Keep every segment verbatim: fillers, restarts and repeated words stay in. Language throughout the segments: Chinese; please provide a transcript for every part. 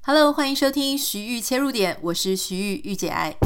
Hello， 欢迎收听徐玉切入点，我是徐玉玉姐爱。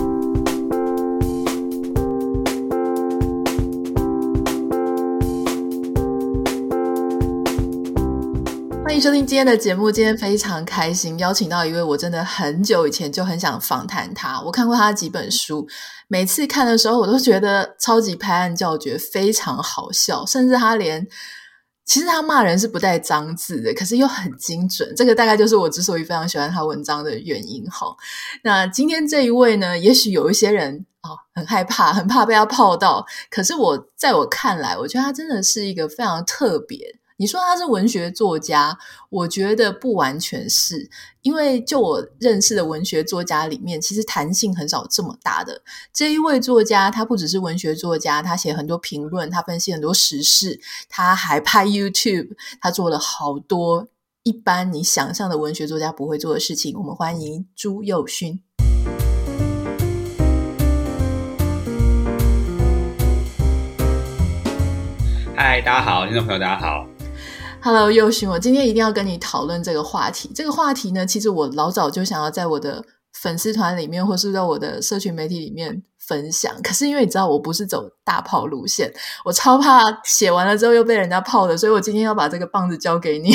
欢迎收听今天的节目，今天非常开心，邀请到一位我真的很久以前就很想访谈他。我看过他几本书，每次看的时候我都觉得超级拍案叫绝，非常好笑，甚至他连其实他骂人是不带脏字的，可是又很精准，这个大概就是我之所以非常喜欢他文章的原因。好，那今天这一位呢，也许有一些人哦很害怕，很怕被他泡到，可是我在我看来，我觉得他真的是一个非常特别。你说他是文学作家，我觉得不完全是，因为就我认识的文学作家里面，其实弹性很少这么大的。这一位作家他不只是文学作家，他写很多评论，他分析很多时事，他还拍 YouTube， 他做了好多一般你想象的文学作家不会做的事情。我们欢迎朱宥勋。 嗨，大家好，听众朋友大家好。 Hello， 宥勋，我今天一定要跟你讨论这个话题。这个话题呢，其实我老早就想要在我的粉丝团里面，或是在我的社群媒体里面分享。可是因为你知道，我不是走大炮路线，我超怕写完了之后又被人家炮的，所以我今天要把这个棒子交给你。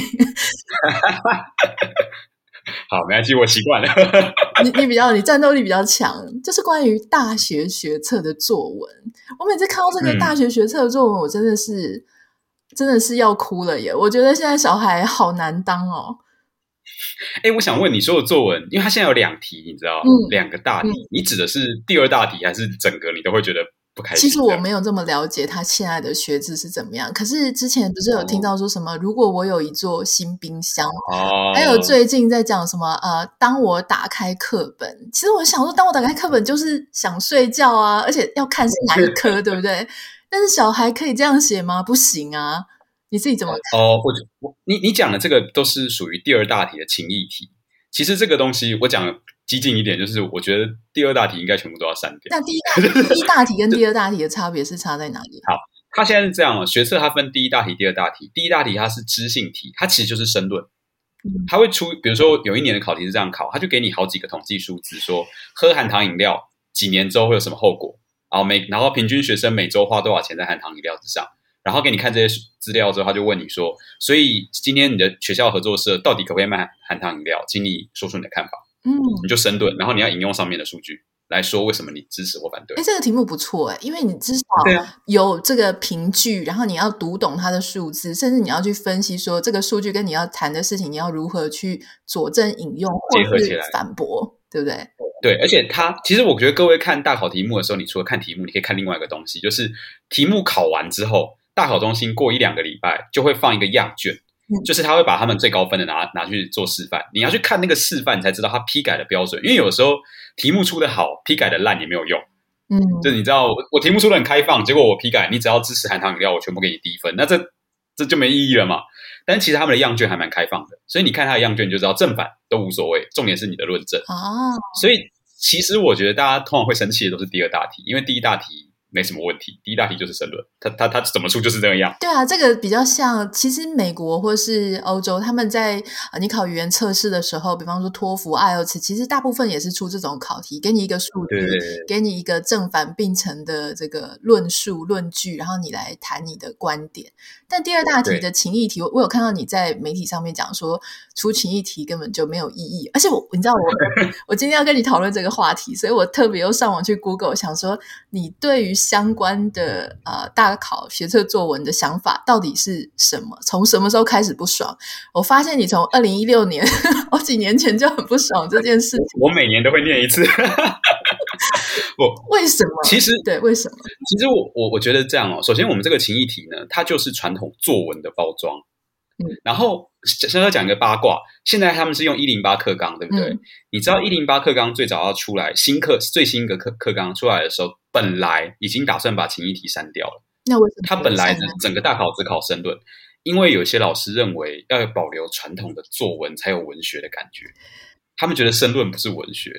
好，没关系，我习惯了。 你你比较，你战斗力比较强，就是关于大学学测的作文。我每次看到这个大学学测的作文，嗯、我真的是。真的是要哭了耶！我觉得现在小孩好难当哦。 哎，我想问你说的作文，因为它现在有两题，你知道，嗯、两个大题、嗯，你指的是第二大题还是整个你都会觉得不开心？ 其实我没有这么了解他现在的学制是怎么样，可是之前不是有听到说什么，哦、如果我有一座新冰箱，哦、还有最近在讲什么呃，当我打开课本，其实我想说，当我打开课本就是想睡觉啊，而且要看是哪一科，对不对？但是小孩可以这样写吗？不行啊！你自己怎么看？ 哦，或者你你讲的这个都是属于第二大题的情意题。其实这个东西我讲激进一点，就是我觉得第二大题应该全部都要删掉。 那第一大第一大题跟第二大题的差别是差在哪里？ 好，它现在是这样哦，学测它分第一大题、第二大题。第一大题它是知性题，它其实就是申论。它会出，比如说有一年的考题是这样考，它就给你好几个统计数字，说喝含糖饮料几年之后会有什么后果。然后每然后平均学生每周花多少钱在含糖饮料之上，然后给你看这些资料之后，他就问你说，所以今天你的学校合作社到底可不可以卖含糖饮料？请你说出你的看法。嗯，你就申论，然后你要引用上面的数据来说为什么你支持或反对。 哎，这个题目不错哎，因为你至少有这个凭据，然后你要读懂它的数字，甚至你要去分析说这个数据跟你要谈的事情，你要如何去佐证引用或是反驳，对不对？ 对，而且它其实我觉得各位看大考题目的时候，你除了看题目，你可以看另外一个东西，就是题目考完之后，大考中心过一两个礼拜就会放一个样卷，嗯、就是他会把他们最高分的拿拿去做示范，你要去看那个示范，你才知道他批改的标准。因为有时候题目出的好，批改的烂也没有用。嗯，就是你知道我我题目出的很开放，结果我批改，你只要支持含糖饮料，我全部给你低分，那这这就没意义了嘛。但其实他们的样卷还蛮开放的，所以你看他的样卷你就知道正反都无所谓，重点是你的论证。哦，所以其实我觉得大家通常会生气的都是第二大题，因为第一大题没什么问题，第一大题就是申论，他他他怎么出就是这样。 对啊，这个比较像，其实美国或是欧洲，他们在呃你考语言测试的时候，比方说托福、I E L T S， 其实大部分也是出这种考题，给你一个数据， 对对对， 给你一个正反并陈的这个论述论据，然后你来谈你的观点。但第二大题的情意题，我有看到你在媒体上面讲说，出情意题根本就没有意义。而且我，你知道我，我今天要跟你讨论这个话题，所以我特别又上网去 Google， 想说你对于相关的呃大考学测作文的想法到底是什么？从什么时候开始不爽？我发现你从二零一六年好几年前就很不爽这件事情。 我每年都会念一次。 我为什么？ 其实对，为什么？ 其实我我我觉得这样哦。首先，我们这个情意题呢，它就是传统作文的包装。嗯，然后先要讲一个八卦，现在他们是用一零八课纲，对不对？嗯、你知道一零八课纲最早要出来，新课最新一个课课纲出来的时候，本来已经打算把情意题删掉了。 那为什么？ 他本来的整个大考只考申论，因为有些老师认为要保留传统的作文才有文学的感觉，他们觉得申论不是文学。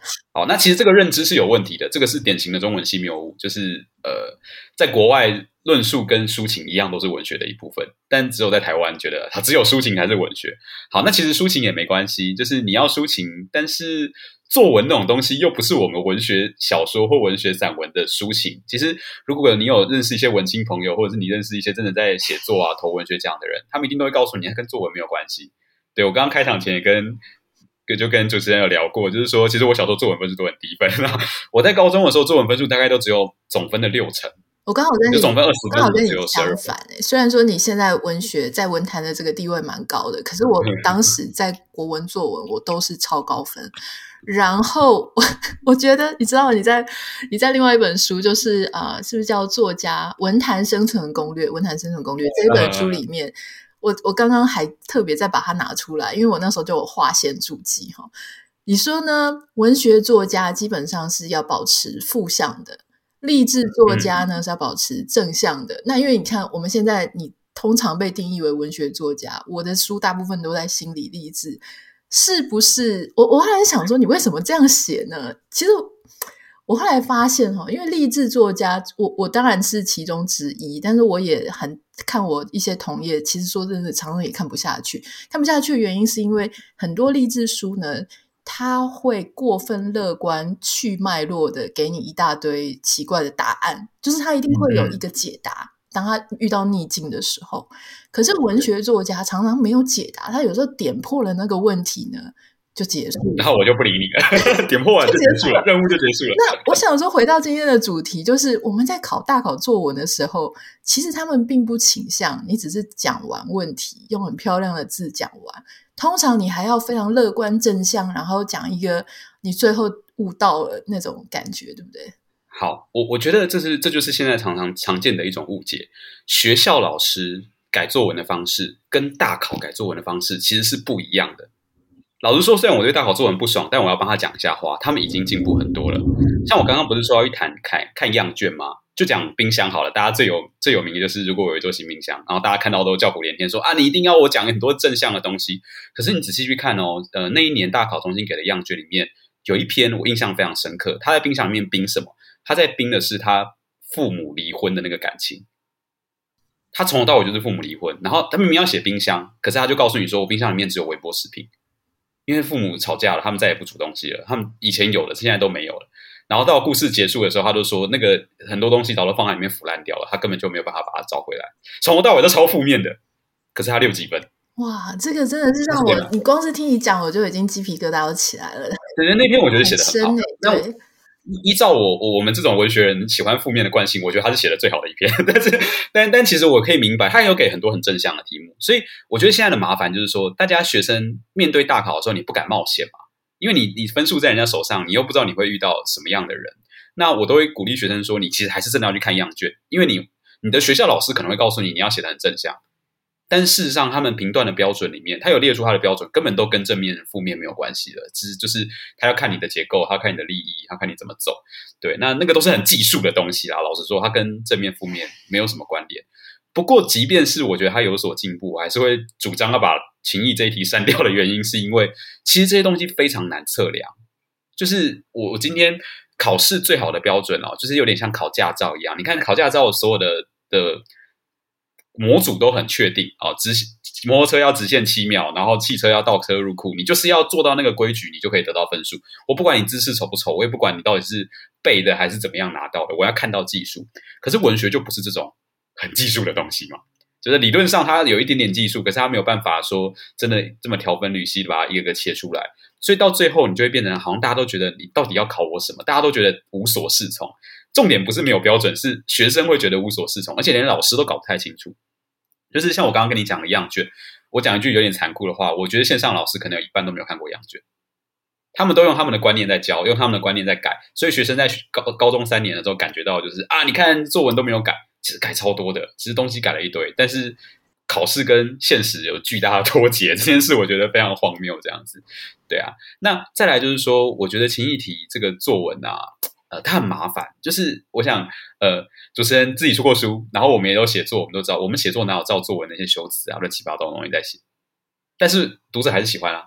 好，那其实这个认知是有问题的，这个是典型的中文系谬误，就是呃，在国外论述跟抒情一样都是文学的一部分，但只有在台湾觉得它只有抒情才是文学。好，那其实抒情也没关系，就是你要抒情，但是作文那种东西又不是我们文学小说或文学散文的抒情。其实如果你有认识一些文青朋友，或者是你认识一些真的在写作啊投文学奖的人，他们一定都会告诉你它跟作文没有关系。对，我刚刚开场前也跟就跟主持人有聊过，就是说其实我小时候作文分数都很低分，我在高中的时候作文分数大概都只有总分的六成。 我刚好跟你， 就总分二十分， 刚好跟你相反诶、欸。虽然说你现在文学在文坛的这个地位蛮高的，可是我当时在国文作文我都是超高分。然后我我觉得你知道你在你在另外一本书就是呃是不是叫作家文坛生存攻略文坛生存攻略这一本书里面、呃、我我刚刚还特别再把它拿出来，因为我那时候就有划线注记齁。你说呢？文学作家基本上是要保持负向的，励志作家呢、嗯、是要保持正向的。那因为你看我们现在你通常被定义为文学作家，我的书大部分都在心理励志，是不是？我我后来想说你为什么这样写呢？其实我后来发现因为励志作家我我当然是其中之一，但是我也很看我一些同业，其实说真的常常也看不下去。看不下去的原因是因为很多励志书呢他会过分乐观去脉络的给你一大堆奇怪的答案，就是他一定会有一个解答、嗯、当他遇到逆境的时候。可是文学作家常常没有解答，他有时候点破了那个问题呢就结束了， 然后我就不理你了点破完就结束了，任务就结束了。 那我想说回到今天的主题，就是我们在考大考作文的时候，其实他们并不倾向你只是讲完问题用很漂亮的字讲完，通常你还要非常乐观正向，然后讲一个你最后悟到了那种感觉，对不对？ 好，我我觉得这是这就是现在常常常见的一种误解。学校老师改作文的方式跟大考改作文的方式其实是不一样的。老实说，虽然我对大考作文不爽，但我要帮他讲一下话，他们已经进步很多了。像我刚刚不是说要去谈看看样卷吗？就讲冰箱好了，大家最有最有名的就是如果有一座新冰箱，然后大家看到都叫苦连天说啊，你一定要我讲很多正向的东西。可是你仔细去看哦，呃，那一年大考中心给的样卷里面有一篇我印象非常深刻，他在冰箱里面冰什么？他在冰的是他父母离婚的那个感情。他从头到尾就是父母离婚，然后他明明要写冰箱，可是他就告诉你说我冰箱里面只有微波食品，因为父母吵架了，他们再也不煮东西了，他们以前有的现在都没有了。然后到故事结束的时候，他就说那个很多东西早都放在里面腐烂掉了，他根本就没有办法把它找回来，从头到尾都超负面的。可是他六几分， 哇，这个真的是让我，你光是听你讲我就已经鸡皮疙瘩都起来了。 对，那篇我觉得写得很好。 很深欸，对。 依照我我们这种文学人喜欢负面的惯性，我觉得他是写的最好的一篇。但是，但但其实我可以明白，他也有给很多很正向的题目。所以我觉得现在的麻烦就是说，大家学生面对大考的时候，你不敢冒险嘛，因为你你分数在人家手上，你又不知道你会遇到什么样的人。那我都会鼓励学生说，你其实还是真的要去看样卷，因为你你的学校老师可能会告诉你你要写的很正向，但事实上他们评断的标准里面，他有列出他的标准，根本都跟正面负面没有关系的，只是就是他要看你的结构，他要看你的利益，他看你怎么走。对，那那个都是很技术的东西啦，老实说他跟正面负面没有什么关联。不过即便是我觉得他有所进步，我还是会主张要把情义这一题删掉的原因，是因为其实这些东西非常难测量。就是我我今天考试最好的标准哦，就是有点像考驾照一样，你看考驾照所有的的模组都很确定哦，直摩托车要直线七秒，然后汽车要倒车入库，你就是要做到那个规矩，你就可以得到分数。我不管你姿势丑不丑，我也不管你到底是背的还是怎么样拿到的，我要看到技术。可是文学就不是这种很技术的东西嘛，就是理论上它有一点点技术，可是它没有办法说真的这么条分缕析的把它一个个切出来。所以到最后你就会变成好像大家都觉得你到底要考我什么，大家都觉得无所适从。重点不是没有标准，是学生会觉得无所适从，而且连老师都搞不太清楚。就是像我刚刚跟你讲的样卷，我讲一句有点残酷的话，我觉得线上老师可能有一半都没有看过样卷，他们都用他们的观念在教，用他们的观念在改，所以学生在 高, 高中三年的时候感觉到就是啊，你看作文都没有改，其实改超多的，其实东西改了一堆，但是考试跟现实有巨大的脱节，这件事我觉得非常荒谬这样子。对啊，那再来就是说，我觉得情义题这个作文啊，呃，它很麻烦，就是我想，呃，主持人自己出过书，然后我们也都写作，我们都知道，我们写作哪有照作文那些修辞啊、乱七八糟的东西在写，但是读者还是喜欢啊。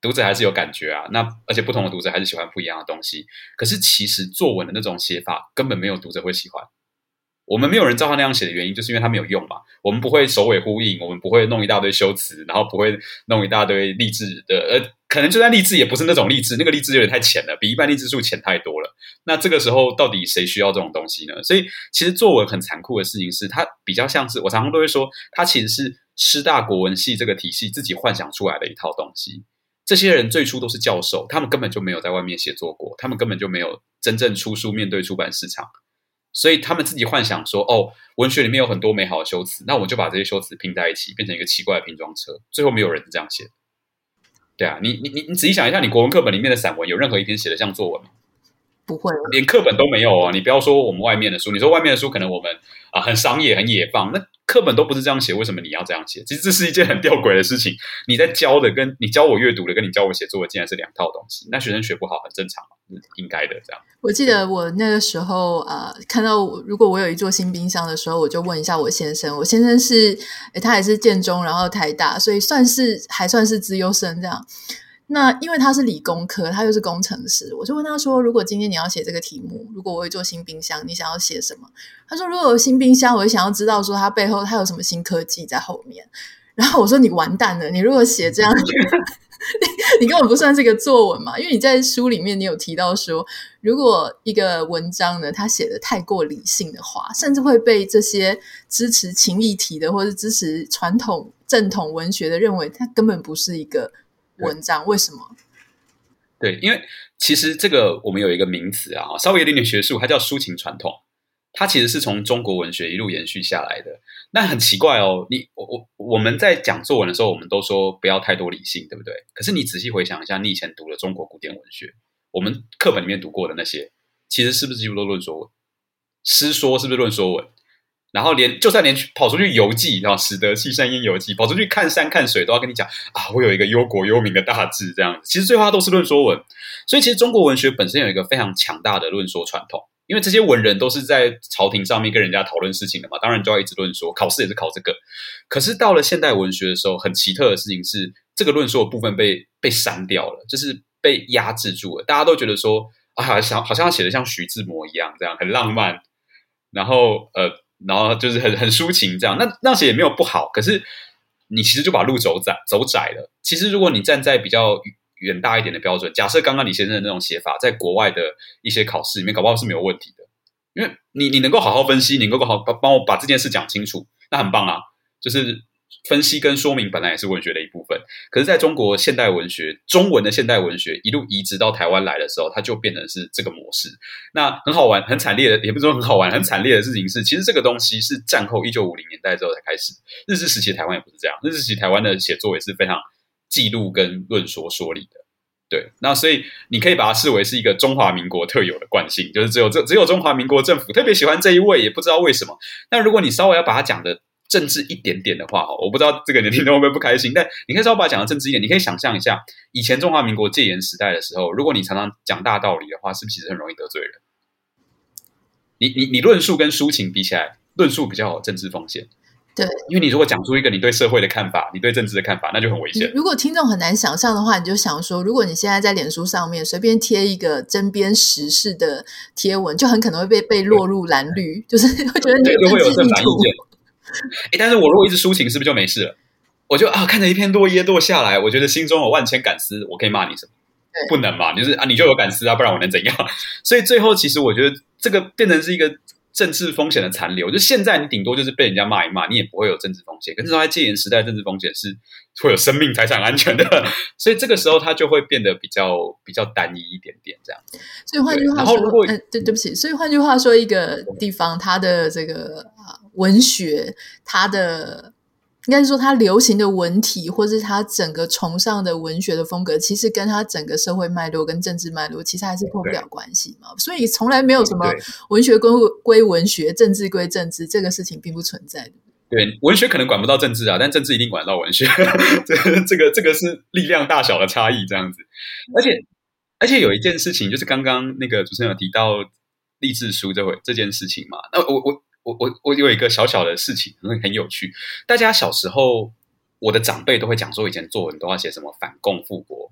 读者还是有感觉啊，那而且不同的读者还是喜欢不一样的东西。可是其实作文的那种写法根本没有读者会喜欢。我们没有人照他那样写的原因，就是因为他没有用嘛。我们不会首尾呼应，我们不会弄一大堆修辞，然后不会弄一大堆励志的，呃，可能就算励志也不是那种励志，那个励志有点太浅了，比一般励志书浅太多了。那这个时候到底谁需要这种东西呢？所以其实作文很残酷的事情是，它比较像是我常常都会说，它其实是师大国文系这个体系自己幻想出来的一套东西。这些人最初都是教授，他们根本就没有在外面写作过，他们根本就没有真正出书面对出版市场。所以他们自己幻想说，哦，文学里面有很多美好的修辞，那我就把这些修辞拼在一起，变成一个奇怪的拼装车。最后没有人是这样写的。对啊，你你你你仔细想一下，你国文课本里面的散文有任何一篇写的像作文吗？ 不会， 连课本都没有哦。你不要说我们外面的书，你说外面的书可能我们啊、呃、很商业很野放，那课本都不是这样写，为什么你要这样写？其实这是一件很吊诡的事情。你在教的跟你教我阅读的跟你教我写作的竟然是两套东西，那学生学不好很正常，应该的这样。 我记得我那个时候呃，看到我如果我有一座新冰箱的时候，我就问一下我先生，我先生是他也是建中然后台大，所以算是还算是资优生这样。那因为他是理工科，他又是工程师，我就问他说，如果今天你要写这个题目，如果我有一座新冰箱，你想要写什么？他说如果有新冰箱，我就想要知道说它背后它有什么新科技在后面。然后我说你完蛋了，你如果写这样你, 你根本不算是个作文嘛，因为你在书里面你有提到说，如果一个文章呢它写的太过理性的话，甚至会被这些支持情议题的或是支持传统正统文学的认为它根本不是一个文章。为什么？ 对，因为其实这个我们有一个名词啊，稍微有点点学术，它叫抒情传统。它其实是从中国文学一路延续下来的。那很奇怪哦，你我我我们在讲作文的时候，我们都说不要太多理性，对不对？可是你仔细回想一下，你以前读了中国古典文学，我们课本里面读过的那些，其实是不是几乎都论说文？诗说是不是论说文？然后连就算连跑出去游记，然后使得气山烟游记，跑出去看山看水，都要跟你讲啊，我有一个忧国忧民的大志这样子。其实最后它都是论说文。所以其实中国文学本身有一个非常强大的论说传统。因为这些文人都是在朝廷上面跟人家讨论事情的嘛，当然就要一直论说，考试也是考这个。可是到了现代文学的时候，很奇特的事情是，这个论说的部分被被删掉了，就是被压制住了。大家都觉得说，啊，好像好像写的像徐志摩一样，这样很浪漫，然后呃，然后就是很很抒情这样。那那些也没有不好，可是你其实就把路走窄走窄了。其实如果你站在比较远大一点的标准，假设刚刚李先生的那种写法，在国外的一些考试里面搞不好是没有问题的，因为你你能够好好分析，你能够好好帮我把这件事讲清楚，那很棒啊。就是分析跟说明本来也是文学的一部分，可是在中国现代文学，中文的现代文学一路移植到台湾来的时候，它就变成是这个模式。那很好玩很惨烈的，也不是说很好玩很惨烈的事情是，其实这个东西是战后一九五零年代之后才开始。日治时期台湾也不是这样，日治时期台湾的写作也是非常记录跟论说说理的。对，那所以你可以把它视为是一个中华民国特有的惯性，就是只有这只有中华民国政府特别喜欢这一位，也不知道为什么。那如果你稍微要把它讲的政治一点点的话，我不知道这个你听众会不会不开心，但你可以稍微把它讲的政治一点。你可以想象一下，以前中华民国戒严时代的时候，如果你常常讲大道理的话，是不是其实很容易得罪人？你你你论述跟抒情比起来，论述比较有政治风险。 对， 因为你如果讲出一个你对社会的看法，你对政治的看法，那就很危险。 如果听众很难想象的话，你就想说，如果你现在在脸书上面随便贴一个针砭时事的贴文，就很可能会被被落入蓝绿，就是会觉得你有政治意图。但是我如果一直抒情，是不是就没事了？我就啊，看着一篇落叶落下来，我觉得心中有万千感思，我可以骂你什么？不能嘛，就是啊，你就有感思啊，不然我能怎样？所以最后其实我觉得这个变成是一个政治风险的残留，就现在你顶多就是被人家骂一骂，你也不会有政治风险。可是在戒严时代，政治风险是会有生命财产安全的，所以这个时候它就会变得比较比较单一一点点这样。 所以换句话说，呃、对对不起，所以换句话说，一个地方它的这个、呃、文学，它的应该是说它流行的文体，或是它整个崇尚的文学的风格，其实跟它整个社会脉络跟政治脉络其实还是脱不了关系嘛。所以从来没有什么文学归归文学，政治归政治，这个事情并不存在的。 对，文学可能管不到政治啊，但政治一定管到文学。这个这个这个是力量大小的差异这样子。而且而且有一件事情，就是刚刚那个主持人有提到励志书这回这件事情嘛，那我我。我我我有一个小小的事情很有趣，大家小时候我的长辈都会讲说，以前作文都要写什么反共复国，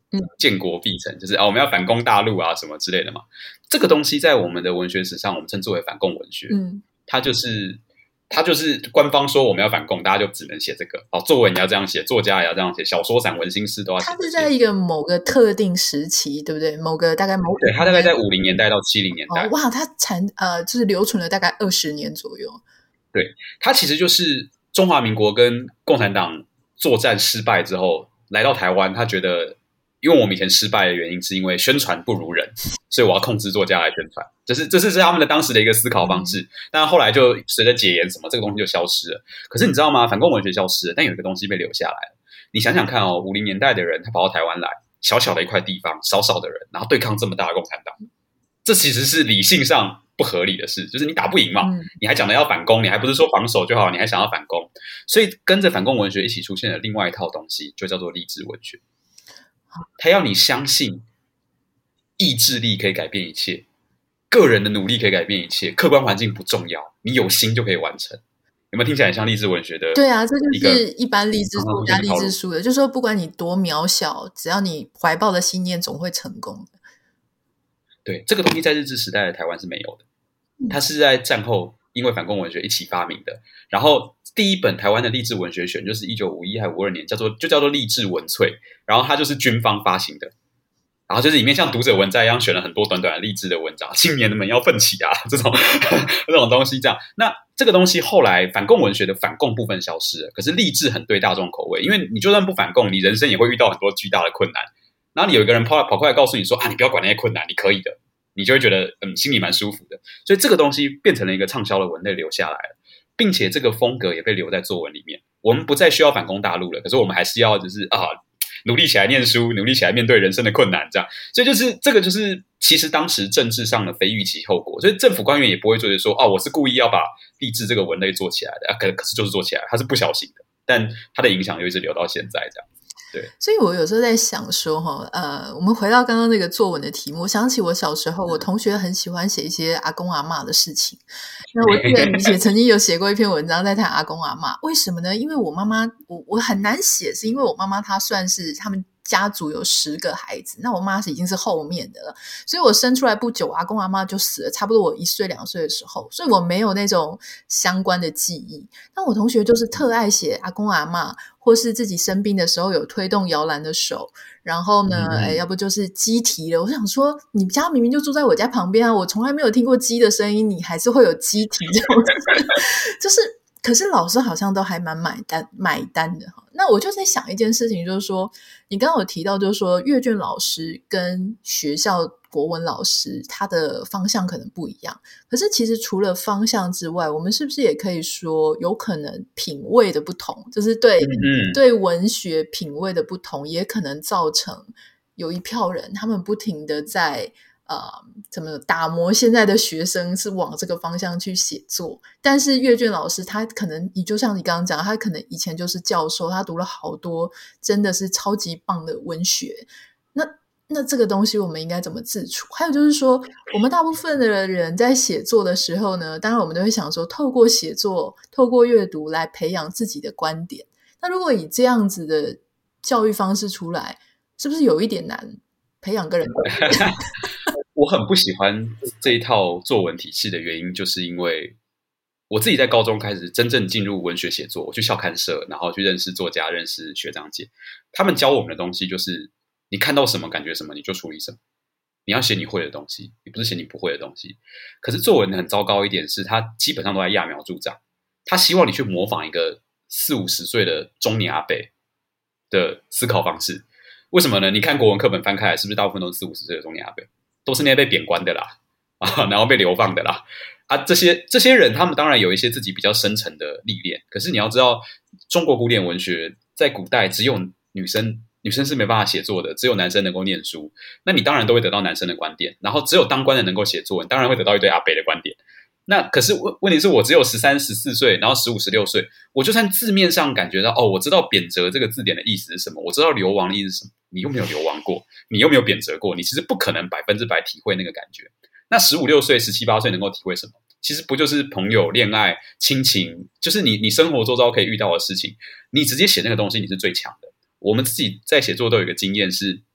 建国必成，就是啊我们要反攻大陆啊什么之类的嘛。这个东西在我们的文学史上，我们称之为反共文学。嗯，它就是它就是官方说我们要反共，大家就只能写这个。哦，作文也要这样写，作家也要这样写，小说、散文、新诗都要写。 它是在一个某个特定时期，对不对？某个大概某对，它大概在五零年代到七零年代。 哦、哇，它产呃就是留存了大概二十年左右。 对，它其实就是中华民国跟共产党作战失败之后来到台湾，他觉得因为我们以前失败的原因是因为宣传不如人，所以我要控制作家来宣传，这是这是他们的当时的一个思考方式。但后来就随着解严什么，这个东西就消失了。可是你知道吗？反共文学消失了，但有一个东西被留下来了。你想想看哦，五零年代的人他跑到台湾来，小小的一块地方，少少的人，然后对抗这么大的共产党，这其实是理性上不合理的事，就是你打不赢嘛，嗯、你还讲的要反攻，你还不是说防守就好，你还想要反攻，所以跟着反共文学一起出现了另外一套东西，就叫做励志文学。他要你相信意志力可以改变一切，个人的努力可以改变一切，客观环境不重要，你有心就可以完成。有没有听起来像励志文学的？ 对啊，这就是一般励志书加励志书的，就是说不管你多渺小，只要你怀抱的信念，总会成功的。 对，这个东西在日治时代的台湾是没有的，它是在战后因为反共文学一起发明的。然后第一本台湾的励志文学选就是一九五一还五二年，叫做就叫做励志文萃，然后它就是军方发行的。然后就是里面像读者文摘一样选了很多短短的励志的文章，青年们要奋起啊，这种这种东西这样。那这个东西后来反共文学的反共部分消失了，可是励志很对大众口味，因为你就算不反共，你人生也会遇到很多巨大的困难。然后你有一个人跑跑过来告诉你说啊，你不要管那些困难，你可以的，你就会觉得嗯心里蛮舒服的。所以这个东西变成了一个畅销的文类留下来了，并且这个风格也被留在作文里面。我们不再需要反攻大陆了，可是我们还是要就是啊。努力起来念书，努力起来面对人生的困难，这样，所以就是这个就是其实当时政治上的非预期后果，所以政府官员也不会觉得说哦，我是故意要把励志这个文类做起来的，啊、可可是就是做起来，他是不小心的，但他的影响就一直留到现在这样。对， 所以我有时候在想说哈，呃，我们回到刚刚那个作文的题目，我想起我小时候，我同学很喜欢写一些阿公阿嬷的事情。那我记得你也曾经有写过一篇文章在谈阿公阿嬷，为什么呢？因为我妈妈，我我很难写，是因为我妈妈她算是他们家族有十个孩子，那我妈是已经是后面的了，所以我生出来不久，阿公阿嬷就死了，差不多我一岁两岁的时候，所以我没有那种相关的记忆。那我同学就是特爱写阿公阿嬷，或是自己生病的时候有推动摇篮的手，然后呢，嗯、哎，要不就是鸡啼了。我想说，你家明明就住在我家旁边啊，我从来没有听过鸡的声音，你还是会有鸡啼这种，就是。可是老师好像都还蛮买单买单的。那我就在想一件事情，就是说你刚刚有提到就是说阅卷老师跟学校国文老师他的方向可能不一样，可是其实除了方向之外，我们是不是也可以说有可能品味的不同，就是对、嗯、对文学品味的不同也可能造成有一票人他们不停的在呃，怎么打磨现在的学生是往这个方向去写作，但是阅卷老师他可能你就像你刚刚讲，他可能以前就是教授，他读了好多真的是超级棒的文学，那那这个东西我们应该怎么自处？还有就是说我们大部分的人在写作的时候呢，当然我们都会想说透过写作透过阅读来培养自己的观点，那如果以这样子的教育方式出来，是不是有一点难培养个人观点？ 我很不喜欢这一套作文体系的原因，就是因为我自己在高中开始真正进入文学写作，我去校刊社，然后去认识作家，认识学长姐，他们教我们的东西就是你看到什么感觉什么你就处理什么，你要写你会的东西，你不是写你不会的东西。可是作文很糟糕一点是，他基本上都在揠苗助长，他希望你去模仿一个四五十岁的中年阿伯的思考方式。为什么呢？你看国文课本翻开来，是不是大部分都是四五十岁的中年阿伯？都是那些被贬官的啦，啊，然后被流放的啦，啊，这些这些人，他们当然有一些自己比较深层的历练。可是你要知道，中国古典文学在古代只有女生，女生是没办法写作的，只有男生能够念书。那你当然都会得到男生的观点，然后只有当官的能够写作，你当然会得到一堆阿伯的观点。那可是问问题是我只有十三、十四岁，然后十五、十六岁，我就算字面上感觉到哦，我知道贬谪这个字典的意思是什么，我知道流亡的意思是什么，你又没有流亡过，你又没有贬谪过，你其实不可能百分之百体会那个感觉。那十五六岁、十七八岁能够体会什么？其实不就是朋友、恋爱、亲情，就是你你生活周遭可以遇到的事情，你直接写那个东西，你是最强的。我们自己在写作都有一个经验是，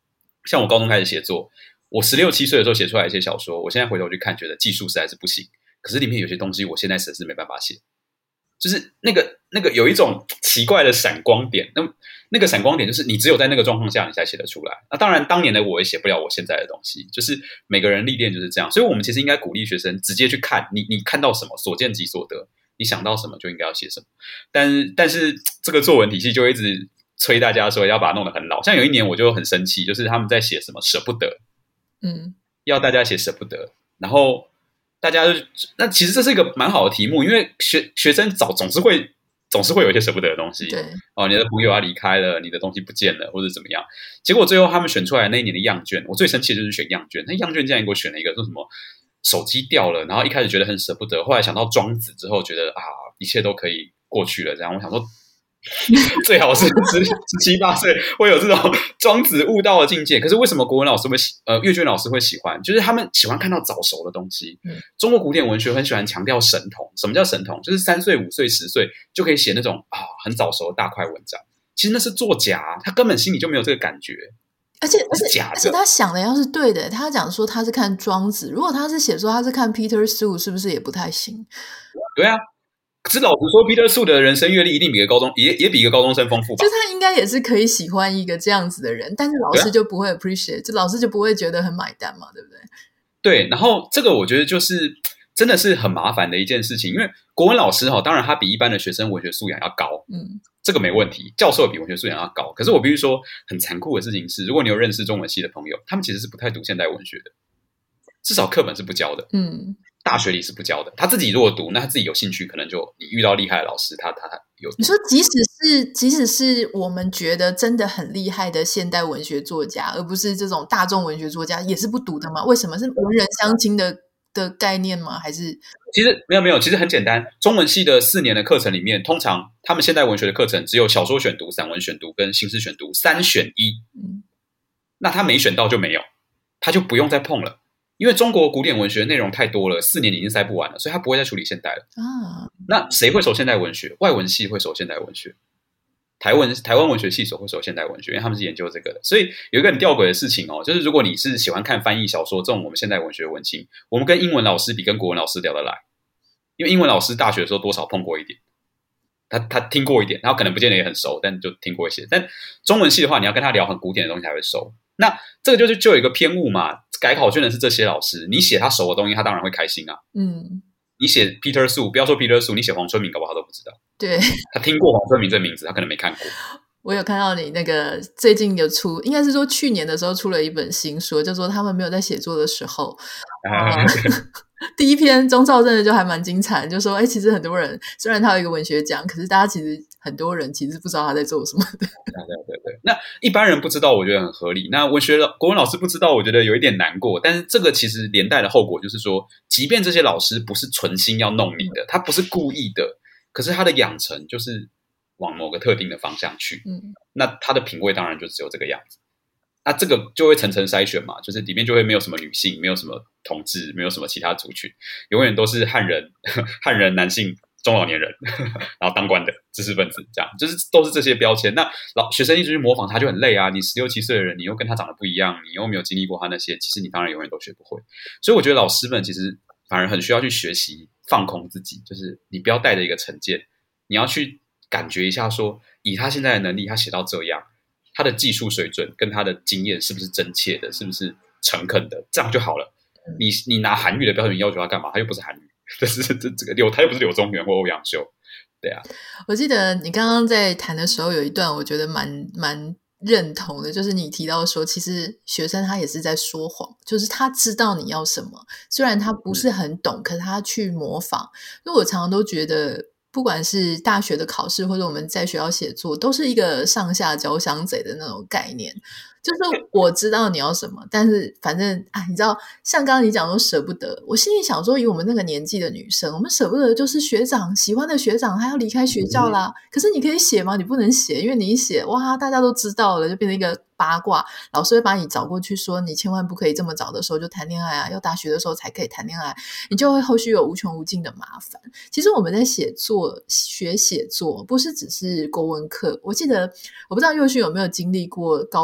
像我高中开始写作，我十六七岁的时候写出来一些小说，我现在回头去看，觉得技术实在是不行。可是里面有些东西，我现在实在是没办法写，就是那个那个有一种奇怪的闪光点。那那个闪光点就是你只有在那个状况下，你才写得出来。那当然，当年的我也写不了我现在的东西。就是每个人历练就是这样，所以我们其实应该鼓励学生直接去看你，你看到什么，所见即所得。你想到什么就应该要写什么。但是但是这个作文体系就一直催大家说要把它弄得很老。像有一年我就很生气，就是他们在写什么舍不得，嗯，要大家写舍不得，然后大家就那其实这是一个蛮好的题目，因为学学生早总是会总是会有一些舍不得的东西。 对哦，你的朋友要离开了，你的东西不见了，或者怎么样。结果最后他们选出来那一年的样卷，我最生气的就是选样卷。那样卷竟然给我选了一个说什么手机掉了，然后一开始觉得很舍不得，后来想到庄子之后，觉得啊一切都可以过去了。这样我想说，最好是十十七八岁会有这种庄子悟道的境界。可是为什么国文老师会喜呃阅卷老师会喜欢？就是他们喜欢看到早熟的东西。嗯、中国古典文学很喜欢强调神童。什么叫神童？就是三岁、五岁、十岁就可以写那种啊很早熟的大块文章。其实那是作假，他根本心里就没有这个感觉。 而且而且而且他想的要是对的，他讲说他是看庄子，如果他是写说他是看 Peter Su， 是不是也不太行？ 对啊，可是老实说 ，Peter Su 的人生阅历一定比个高中也也比一个高中生丰富吧？ 就他应该也是可以喜欢一个这样子的人，但是老师就不会 appreciate，、啊、就老师就不会觉得很买单嘛，对不对？ 对，然后这个我觉得就是真的是很麻烦的一件事情，因为国文老师哈，当然他比一般的学生文学素养要高，嗯。这个没问题，教授比文学素养要高。可是我必须说，很残酷的事情是，如果你有认识中文系的朋友，他们其实是不太读现代文学的，至少课本是不教的，嗯，大学里是不教的。他自己如果读，那他自己有兴趣，可能就你遇到厉害的老师，他他有。 你说，即使是即使是我们觉得真的很厉害的现代文学作家，而不是这种大众文学作家，也是不读的吗？为什么是文人相亲的？的概念吗？还是其实没有没有，其实很简单。中文系的四年的课程里面，通常他们现代文学的课程只有小说选读、散文选读跟新诗选读三选一。嗯，那他没选到就没有，他就不用再碰了。因为中国古典文学内容太多了，四年已经塞不完了，所以他不会再处理现代了。啊，那谁会熟现代文学？外文系会熟现代文学。台湾台湾文学系所会熟现代文学，因为他们是研究这个的。所以有一个很吊诡的事情哦，就是如果你是喜欢看翻译小说这种我们现代文学文青，我们跟英文老师比跟国文老师聊得来，因为英文老师大学的时候多少碰过一点，他他听过一点，然后可能不见得也很熟，但就听过一些。但中文系的话，你要跟他聊很古典的东西才会熟。那这个就是就有一个偏误嘛，改考卷的是这些老师，你写他熟的东西，他当然会开心啊。嗯。你写 Peter Su， 不要说 Peter Su， 你写黄春明搞不好他都不知道。 对， 他听过黄春明这名字，他可能没看过。 我有看到你那个最近有出，应该是说去年的时候出了一本新书，就说他们没有在写作的时候，啊、第一篇钟兆真的就还蛮精彩，就说哎，其实很多人虽然他有一个文学奖，可是大家其实很多人其实不知道他在做什么的。 对对对，那一般人不知道，我觉得很合理。那文学国文老师不知道，我觉得有一点难过。但是这个其实连带的后果就是说，即便这些老师不是存心要弄你的，他不是故意的，可是他的养成就是往某个特定的方向去。嗯，那他的品味当然就只有这个样子。那这个就会层层筛选嘛，就是里面就会没有什么女性，没有什么同志，没有什么其他族群，永远都是汉人、汉人男性。中老年人，然后当官的知识分子，这样就是都是这些标签。那老学生一直去模仿他就很累啊！你十六七岁的人，你又跟他长得不一样，你又没有经历过他那些，其实你当然永远都学不会。所以我觉得老师们其实反而很需要去学习放空自己，就是你不要带着一个成见，你要去感觉一下说，以他现在的能力，他写到这样，他的技术水准跟他的经验是不是真切的，是不是诚恳的，这样就好了。你你拿韩愈的标准要求他干嘛？他又不是韩愈。这是这这个柳，他又不是柳宗元或欧阳修，对啊。 我记得你刚刚在谈的时候有一段，我觉得蛮蛮认同的，就是你提到说，其实学生他也是在说谎，就是他知道你要什么，虽然他不是很懂，嗯、可是他去模仿。因为我常常都觉得，不管是大学的考试，或者我们在学校写作，都是一个上下交相贼的那种概念。就是我知道你要什么，但是反正啊，你知道，像刚刚你讲说舍不得，我心里想说，以我们那个年纪的女生，我们舍不得就是学长喜欢的学长，他要离开学校啦。嗯、可是你可以写吗？你不能写，因为你一写，哇，大家都知道了，就变成一个八卦。老师会把你找过去说，你千万不可以这么早的时候就谈恋爱啊，要大学的时候才可以谈恋爱，你就会后续有无穷无尽的麻烦。其实我们在写作、学写作，不是只是国文课。我记得，我不知道佑勋有没有经历过高中的时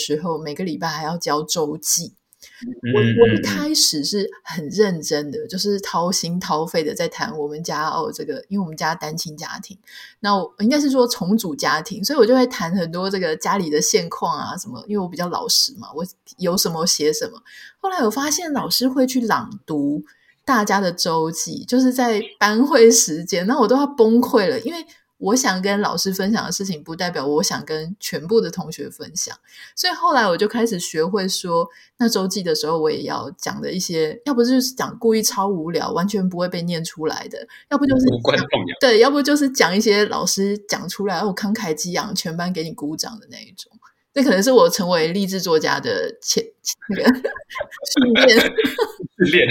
时候，每个礼拜还要交周记。我我一开始是很认真的，就是掏心掏肺的在谈我们家哦，这个因为我们家单亲家庭，那我应该是说重组家庭，所以我就会谈很多这个家里的现况啊什么，因为我比较老实嘛，我有什么写什么。后来我发现老师会去朗读大家的周记，就是在班会时间，那我都要崩溃了，因为我想跟老师分享的事情不代表我想跟全部的同学分享，所以后来我就开始学会说，那周记的时候我也要讲的一些，要不就是讲故意超无聊完全不会被念出来的，要不就是无关痛痒， 对，要不就是讲一些老师讲出来我慷慨激昂全班给你鼓掌的那一种。这可能是我成为励志作家的前那个训练训练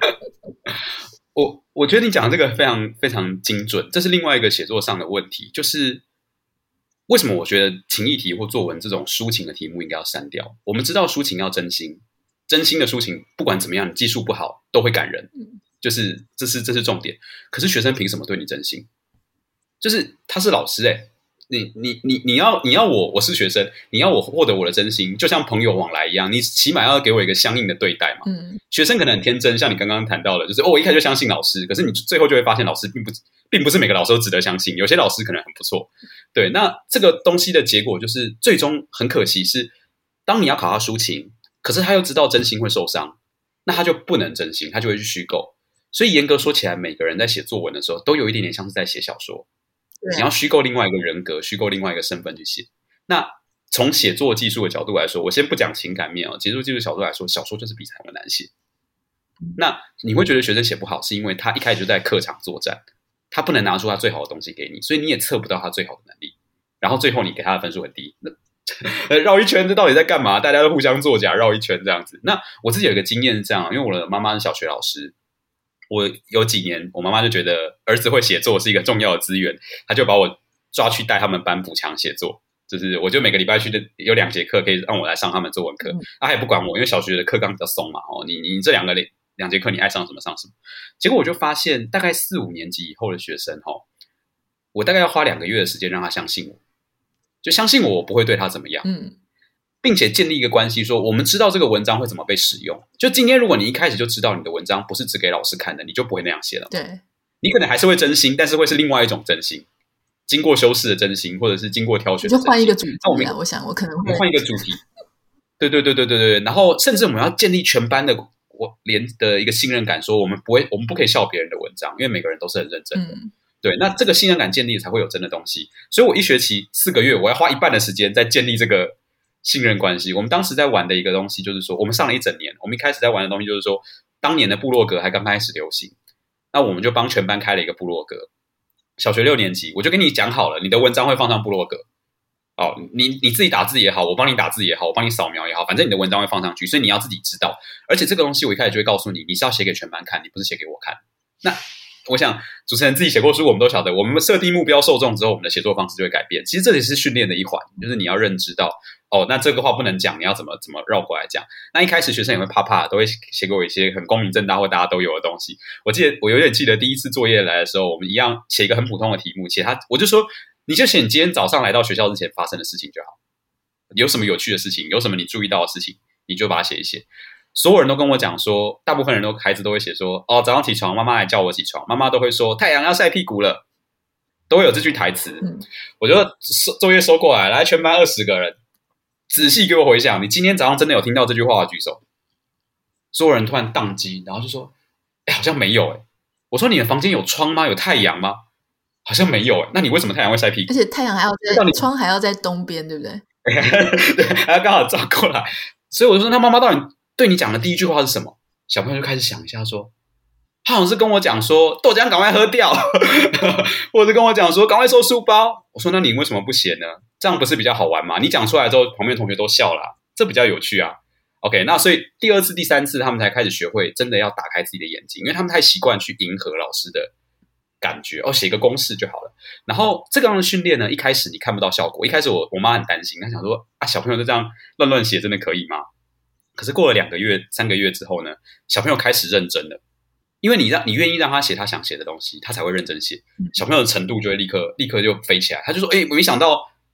我我觉得你讲的这个非常非常精准，这是另外一个写作上的问题，就是为什么我觉得情意题或作文这种抒情的题目应该要删掉。我们知道抒情要真心，真心的抒情不管怎么样你技术不好都会感人，就是这是这是重点。可是学生凭什么对你真心？就是他是老师欸，你你你你要你要我我是学生，你要我获得我的真心，就像朋友往来一样，你起码要给我一个相应的对待嘛。嗯，学生可能很天真，像你刚刚谈到的，就是哦，我一开始就相信老师，可是你最后就会发现，老师并不并不是每个老师都值得相信，有些老师可能很不错。对，那这个东西的结果就是最终很可惜是，当你要考他抒情，可是他又知道真心会受伤，那他就不能真心，他就会去虚构。所以严格说起来，每个人在写作文的时候，都有一点点像是在写小说。你要虚构另外一个人格，虚构另外一个身份去写。那从写作技术的角度来说，我先不讲情感面哦，写作技术角度来说，小说就是比彩文难写。那你会觉得学生写不好，是因为他一开始就在课场作战，他不能拿出他最好的东西给你，所以你也测不到他最好的能力。然后最后你给他的分数很低，那绕一圈这到底在干嘛？大家都互相作假，绕一圈这样子。那我自己有一个经验是这样，因为我的妈妈是小学老师。我有几年我妈妈就觉得儿子会写作是一个重要的资源，她就把我抓去带他们班补强写作，就是我就每个礼拜去的有两节课可以让我来上他们作文课，她、嗯啊、也不管我，因为小学的课纲比较松嘛，哦，你你这两个两节课你爱上什么上什么。结果我就发现大概四五年级以后的学生、哦、我大概要花两个月的时间让他相信我，就相信我我不会对他怎么样，嗯，并且建立一个关系，说我们知道这个文章会怎么被使用。就今天如果你一开始就知道你的文章不是只给老师看的，你就不会那样写了。 对， 你可能还是会真心，但是会是另外一种真心，经过修饰的真心，或者是经过挑选的真心。 就换一个主题啊，我, 我想我可能会换一个主题。对对对对对对，然后甚至我们要建立全班的我连的一个信任感，说我们不会，我们不可以笑别人的文章，因为每个人都是很认真的。嗯，对，那这个信任感建立才会有真的东西。所以我一学期四个月，我要花一半的时间在建立这个信任关系。我们当时在玩的一个东西就是说，我们上了一整年，我们一开始在玩的东西就是说，当年的部落格还刚开始流行，那我们就帮全班开了一个部落格。小学六年级我就跟你讲好了，你的文章会放上部落格哦，你你自己打字也好，我帮你打字也好，我帮你扫描也好，反正你的文章会放上去，所以你要自己知道。而且这个东西我一开始就会告诉你，你是要写给全班看，你不是写给我看。那我想主持人自己写过书，我们都晓得，我们设定目标受众之后，我们的写作方式就会改变。其实这也是训练的一环，就是你要认知到哦，那这个话不能讲，你要怎么怎么绕过来讲。那一开始学生也会怕怕，都会写给我一些很光明正大或大家都有的东西。我记得我有点记得第一次作业来的时候，我们一样写一个很普通的题目，写他我就说你就写你今天早上来到学校之前发生的事情就好，有什么有趣的事情，有什么你注意到的事情，你就把它写一写。所有人都跟我讲说，大部分人都孩子都会写说，哦，早上起床妈妈来叫我起床，妈妈都会说太阳要晒屁股了，都会有这句台词。嗯，我就作业收过来，来全班二十个人仔细给我回想，你今天早上真的有听到这句话的举手。所有人突然宕机，然后就说哎，好像没有。哎，我说你的房间有窗吗？有太阳吗？好像没有。哎，那你为什么太阳会晒屁股？ 而且太阳还要在窗还要在东边，对不对？ 对，还要刚好照过来。所以我就说那妈妈到底对你讲的第一句话是什么？小朋友就开始想一下说，他好像是跟我讲说豆浆赶快喝掉或者跟我讲说赶快收书包。我说那你为什么不写呢？这样不是比较好玩吗？你讲出来之后旁边同学都笑了，这比较有趣啊。 OK， 那所以第二次第三次他们才开始学会真的要打开自己的眼睛，因为他们太习惯去迎合老师的感觉，哦，写个公式就好了。然后这个样的训练呢，一开始你看不到效果，一开始我我妈很担心，她想说啊，小朋友就这样乱乱写真的可以吗？可是过了两个月三个月之后呢，小朋友开始认真了，因为你让你愿意让他写他想写的东西，他才会认真写，小朋友的程度就会立刻立刻就飞起来。他就说哎，我没想到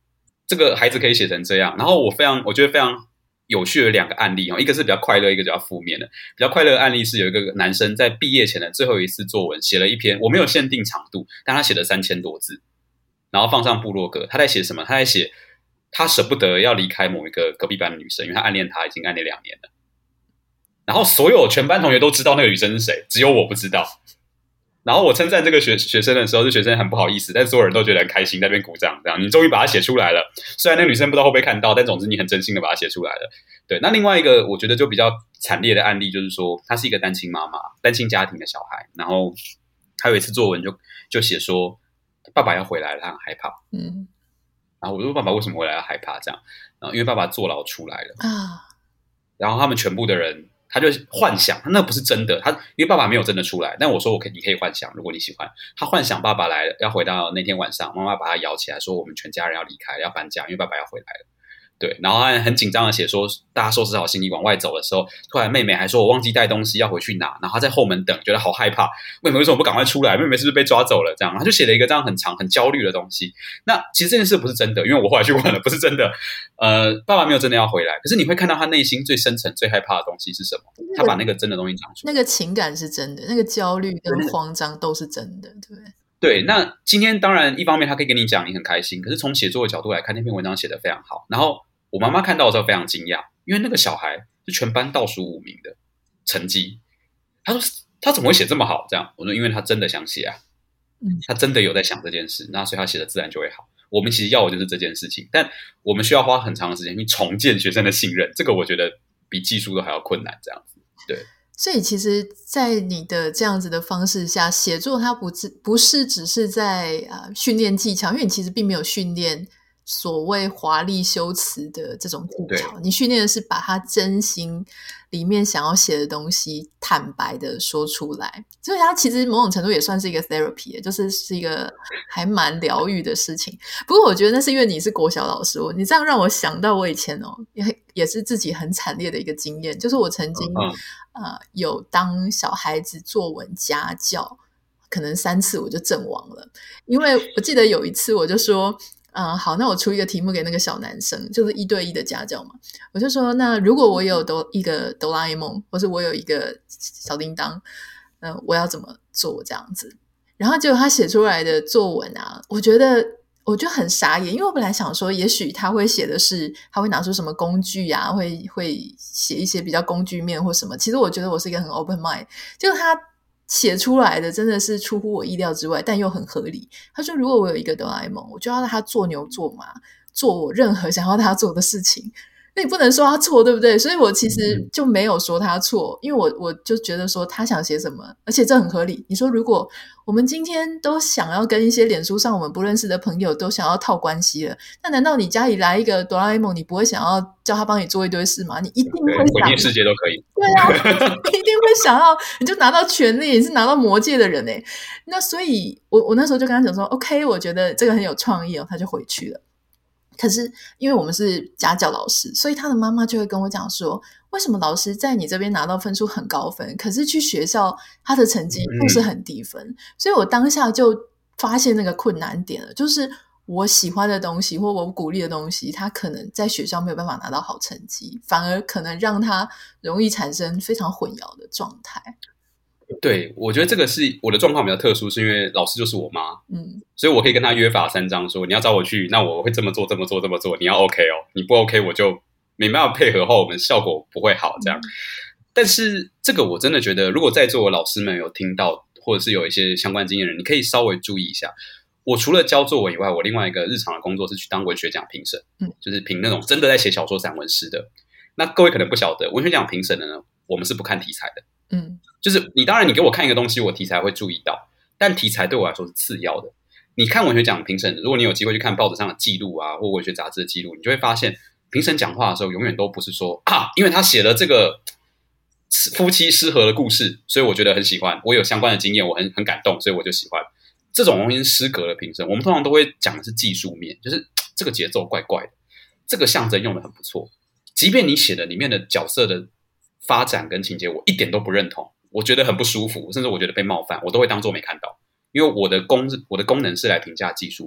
这个孩子可以写成这样。然后我非常我觉得非常有趣的两个案例，一个是比较快乐，一个比较负面的。比较快乐的案例是有一个男生在毕业前的最后一次作文写了一篇，我没有限定长度，但他写了三千多字，然后放上部落格。他在写什么？他在写他舍不得要离开某一个隔壁班的女生，因为他暗恋她已经暗恋两年了。然后所有全班同学都知道那个女生是谁，只有我不知道。然后我称赞这个学学生的时候，这学生很不好意思，但所有人都觉得很开心，在那边鼓掌。这样，你终于把它写出来了。虽然那个女生不知道会不会看到，但总之你很真心的把它写出来了。对，那另外一个我觉得就比较惨烈的案例，就是说她是一个单亲妈妈，单亲家庭的小孩。然后她有一次作文就就写说，爸爸要回来了，她很害怕。嗯，然后我说爸爸为什么回来要害怕？这样，然后因为爸爸坐牢出来了啊。然后他们全部的人。他就幻想，那不是真的。他因为爸爸没有真的出来，但我说我可以，你可以幻想，如果你喜欢。他幻想爸爸来了，要回到那天晚上，妈妈把他摇起来，说我们全家人要离开，要搬家，因为爸爸要回来了。对，然后他很紧张的写说，大家收拾好行李往外走的时候，突然妹妹还说我忘记带东西要回去拿，然后他在后门等，觉得好害怕，妹妹为什么不赶快出来？妹妹是不是被抓走了？这样，他就写了一个这样很长很焦虑的东西。那其实这件事不是真的，因为我后来去问了，不是真的。呃，爸爸没有真的要回来，可是你会看到他内心最深层最害怕的东西是什么？他把那个真的东西讲出来， 那个情感是真的，那个焦虑跟慌张都是真的，对不对？ 对，那今天当然一方面他可以跟你讲你很开心，可是从写作的角度来看，那篇文章写得非常好。然后我妈妈看到的时候非常惊讶，因为那个小孩是全班倒数五名的成绩。她说他怎么会写这么好？这样我说因为他真的想写啊，他真的有在想这件事，那所以他写的自然就会好。我们其实要的就是这件事情，但我们需要花很长的时间去重建学生的信任，这个我觉得比技术都还要困难。这样子，对。 所以其实在你的这样子的方式下，写作它不是不是只是在、呃、训练技巧，因为你其实并没有训练所谓华丽修辞的这种技巧，你训练的是把他真心里面想要写的东西坦白的说出来，所以它其实某种程度也算是一个 therapy， 就是是一个还蛮疗愈的事情。不过我觉得那是因为你是国小老师，你这样让我想到我以前哦，也也是自己很惨烈的一个经验，就是我曾经、嗯、呃有当小孩子作文家教，可能三次我就阵亡了。因为我记得有一次我就说嗯，好，那我出一个题目给那个小男生，就是一对一的家教嘛。我就说，那如果我有哆一个哆啦 A 梦，或是我有一个小叮当，呃，我要怎么做这样子？然后结果他写出来的作文啊，我觉得我就很傻眼，因为我本来想说，也许他会写的是，他会拿出什么工具啊，会会写一些比较工具面或什么。其实我觉得我是一个很 open mind， 结果他写出来的真的是出乎我意料之外，但又很合理。他说如果我有一个哆啦 A 梦，我就要让他做牛做马，做我任何想要他做的事情。那你不能说他错，对不对？所以我其实就没有说他错，因为我我就觉得说他想写什么，而且这很合理。你说如果我们今天都想要跟一些脸书上我们不认识的朋友都想要套关系了，那难道你家里来一个哆啦 A 梦，你不会想要叫他帮你做一堆事吗？你一定会想， 毁灭世界都可以。 对啊，你一定会想要，你就拿到权力，你是拿到魔界的人欸。那所以我我那时候就跟他讲说 OK， 我觉得这个很有创意哦，他就回去了。可是因为我们是家教老师，所以他的妈妈就会跟我讲说，为什么老师在你这边拿到分数很高分，可是去学校他的成绩不是很低分、嗯、所以我当下就发现那个困难点了，就是我喜欢的东西或我鼓励的东西，他可能在学校没有办法拿到好成绩，反而可能让他容易产生非常混淆的状态。 对，我觉得这个是我的状况比较特殊，是因为老师就是我妈，嗯，所以我可以跟她约法三章，说你要找我去，那我会这么做这么做这么做，你要 OK 哦，你不 OK 我就没办法配合后，我们效果不会好这样、嗯、但是这个我真的觉得如果在座的老师们有听到或者是有一些相关经验的人，你可以稍微注意一下。我除了教作文以外，我另外一个日常的工作是去当文学奖评审、嗯、就是评那种真的在写小说散文诗的。那各位可能不晓得，文学奖评审的呢，我们是不看题材的，嗯，就是你当然你给我看一个东西，我题材会注意到，但题材对我来说是次要的。你看文学奖评审，如果你有机会去看报纸上的记录啊，或文学杂志的记录，你就会发现评审讲话的时候永远都不是说啊，因为他写了这个夫妻失和的故事，所以我觉得很喜欢，我有相关的经验，我很很感动，所以我就喜欢。这种东西是失格的评审，我们通常都会讲的是技术面，就是这个节奏怪怪的，这个象征用的很不错，即便你写的里面的角色的发展跟情节我一点都不认同，我觉得很不舒服，甚至我觉得被冒犯，我都会当作没看到，因为我的功我的功能是来评价技术面。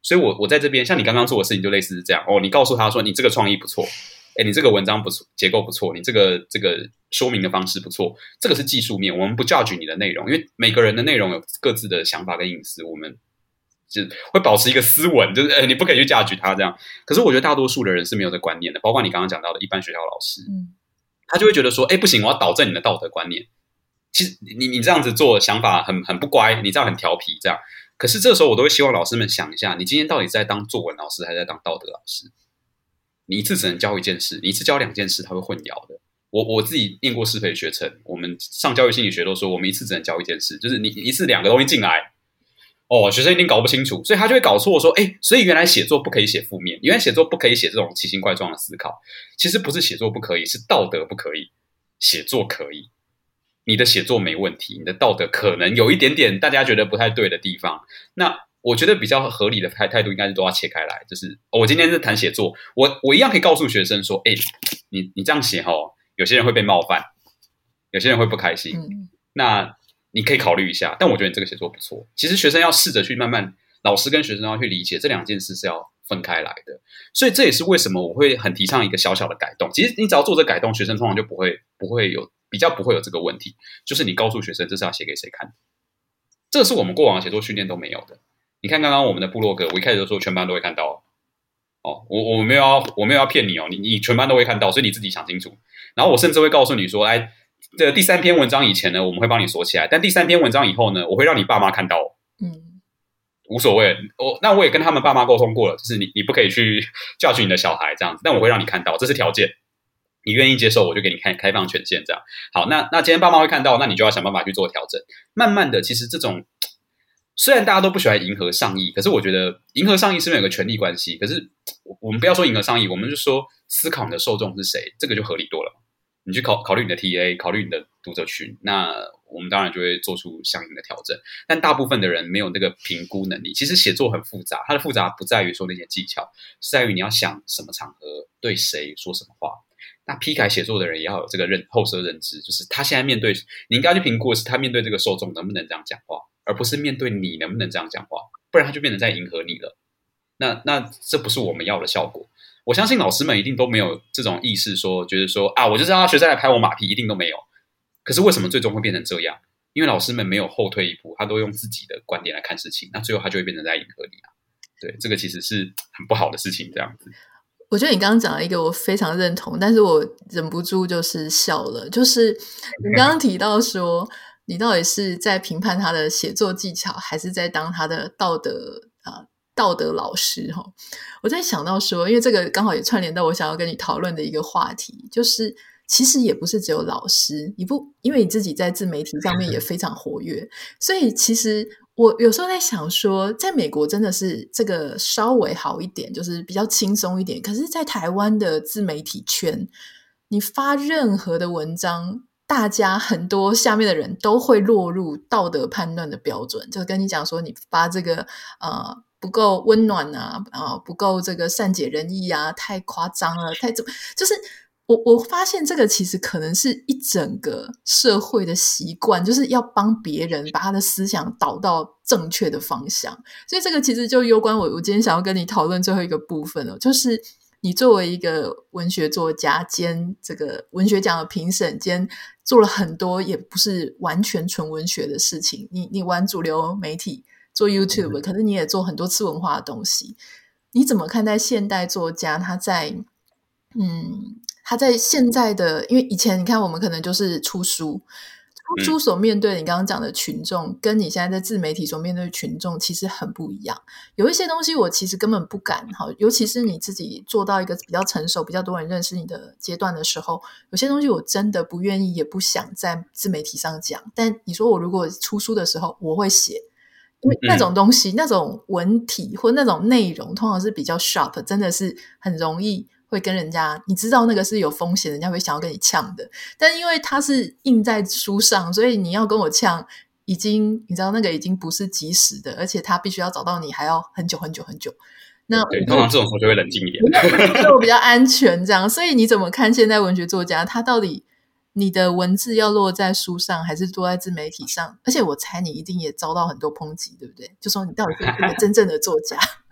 所以我我在这边像你刚刚做的事情就类似是这样哦，你告诉他说你这个创意不错，哎，你这个文章不错，结构不错，你这个这个说明的方式不错，这个是技术面，我们不 judge 你的内容，因为每个人的内容有各自的想法跟隐私，我们就会保持一个斯文，就是呃你不可以去 judge 他这样。可是我觉得大多数的人是没有这观念的，包括你刚刚讲到的一般学校老师，嗯，他就会觉得说，哎，不行，我要导正你的道德观念。其实你你这样子做想法很很不乖，你这样很调皮这样。可是这时候我都会希望老师们想一下，你今天到底在当作文老师还是在当道德老师？你一次只能教一件事，你一次教两件事，它会混淆的。我我自己念过师培学程，我们上教育心理学都说，我们一次只能教一件事，就是你一次两个东西进来，哦，学生一定搞不清楚，所以他就会搞错说，哎，所以原来写作不可以写负面，原来写作不可以写这种奇形怪状的思考。其实不是写作不可以，是道德不可以，写作可以。你的写作没问题，你的道德可能有一点点大家觉得不太对的地方，那我觉得比较合理的态态度应该是都要切开来，就是、哦、我今天是谈写作，我我一样可以告诉学生说，哎，你你这样写哦，有些人会被冒犯，有些人会不开心，嗯、那你可以考虑一下，但我觉得你这个写作不错。其实学生要试着去慢慢，老师跟学生要去理解这两件事是要分开来的，所以这也是为什么我会很提倡一个小小的改动。其实你只要做这个改动，学生通常就不会不会有。比较不会有这个问题，就是你告诉学生这是要写给谁看，这个是我们过往的写作训练都没有的。你看刚刚我们的部落格，我一开始就说全班都会看到哦，我我没有要我没有要骗你哦，你你全班都会看到，所以你自己想清楚。然后我甚至会告诉你说，哎，这第三篇文章以前呢，我们会帮你锁起来，但第三篇文章以后呢，我会让你爸妈看到，嗯，无所谓。我那我也跟他们爸妈沟通过了，就是你你不可以去教训你的小孩这样子，但我会让你看到，这是条件。你愿意接受，我就给你开开放权限，这样好。那那今天爸妈会看到，那你就要想办法去做调整。慢慢的，其实这种虽然大家都不喜欢迎合上意，可是我觉得迎合上意是没有个权力关系。可是我们不要说迎合上意，我们就说思考你的受众是谁，这个就合理多了。你去考考虑你的 T A， 考虑你的读者群，那我们当然就会做出相应的调整。但大部分的人没有那个评估能力。其实写作很复杂，它的复杂不在于说那些技巧，是在于你要想什么场合对谁说什么话。那批改写作的人也要有这个认后设认知，就是他现在面对你应该去评估的是他面对这个受众能不能这样讲话，而不是面对你能不能这样讲话，不然他就变成在迎合你了。那那这不是我们要的效果。我相信老师们一定都没有这种意识说，觉得说啊，我就是让学生来拍我马屁，一定都没有。可是为什么最终会变成这样？因为老师们没有后退一步，他都用自己的观点来看事情，那最后他就会变成在迎合你啊。对，这个其实是很不好的事情，这样子。 我觉得你刚刚讲了一个我非常认同，但是我忍不住就是笑了。就是你刚刚提到说，你到底是在评判他的写作技巧，还是在当他的道德啊、呃、道德老师？哈，我在想到说，因为这个刚好也串联到我想要跟你讨论的一个话题，就是其实也不是只有老师，你不因为你自己在自媒体上面也非常活跃，所以其实。我有时候在想说，在美国真的是这个稍微好一点，就是比较轻松一点。可是在台湾的自媒体圈，你发任何的文章，大家很多下面的人都会落入道德判断的标准，就跟你讲说你发这个呃不够温暖啊，啊不够这个善解人意啊，太夸张了，太怎么就是。我我发现这个其实可能是一整个社会的习惯，就是要帮别人把他的思想导到正确的方向。所以这个其实就攸关我我今天想要跟你讨论最后一个部分了，就是你作为一个文学作家兼这个文学奖的评审兼做了很多也不是完全纯文学的事情，你你玩主流媒体做 YouTube， 可是你也做很多次文化的东西。你怎么看待现代作家他在嗯他在现在的，因为以前你看我们可能就是出书出书所面对你刚刚讲的群众，跟你现在在自媒体所面对的群众其实很不一样。有一些东西我其实根本不敢，尤其是你自己做到一个比较成熟比较多人认识你的阶段的时候，有些东西我真的不愿意也不想在自媒体上讲。但你说我如果出书的时候我会写，因为那种东西、嗯、那种文体或那种内容通常是比较 sharp， 真的是很容易会跟人家，你知道那个是有风险，人家会想要跟你呛的。但因为它是印在书上，所以你要跟我呛，已经你知道那个已经不是即时的，而且他必须要找到你还要很久很久很久。那对，通常这种时候就会冷静一点， 所以我比较安全这样。所以你怎么看现在文学作家，他到底你的文字要落在书上还是落在自媒体上？而且我猜你一定也遭到很多抨击，对不对？就说你到底是一个真正的作家。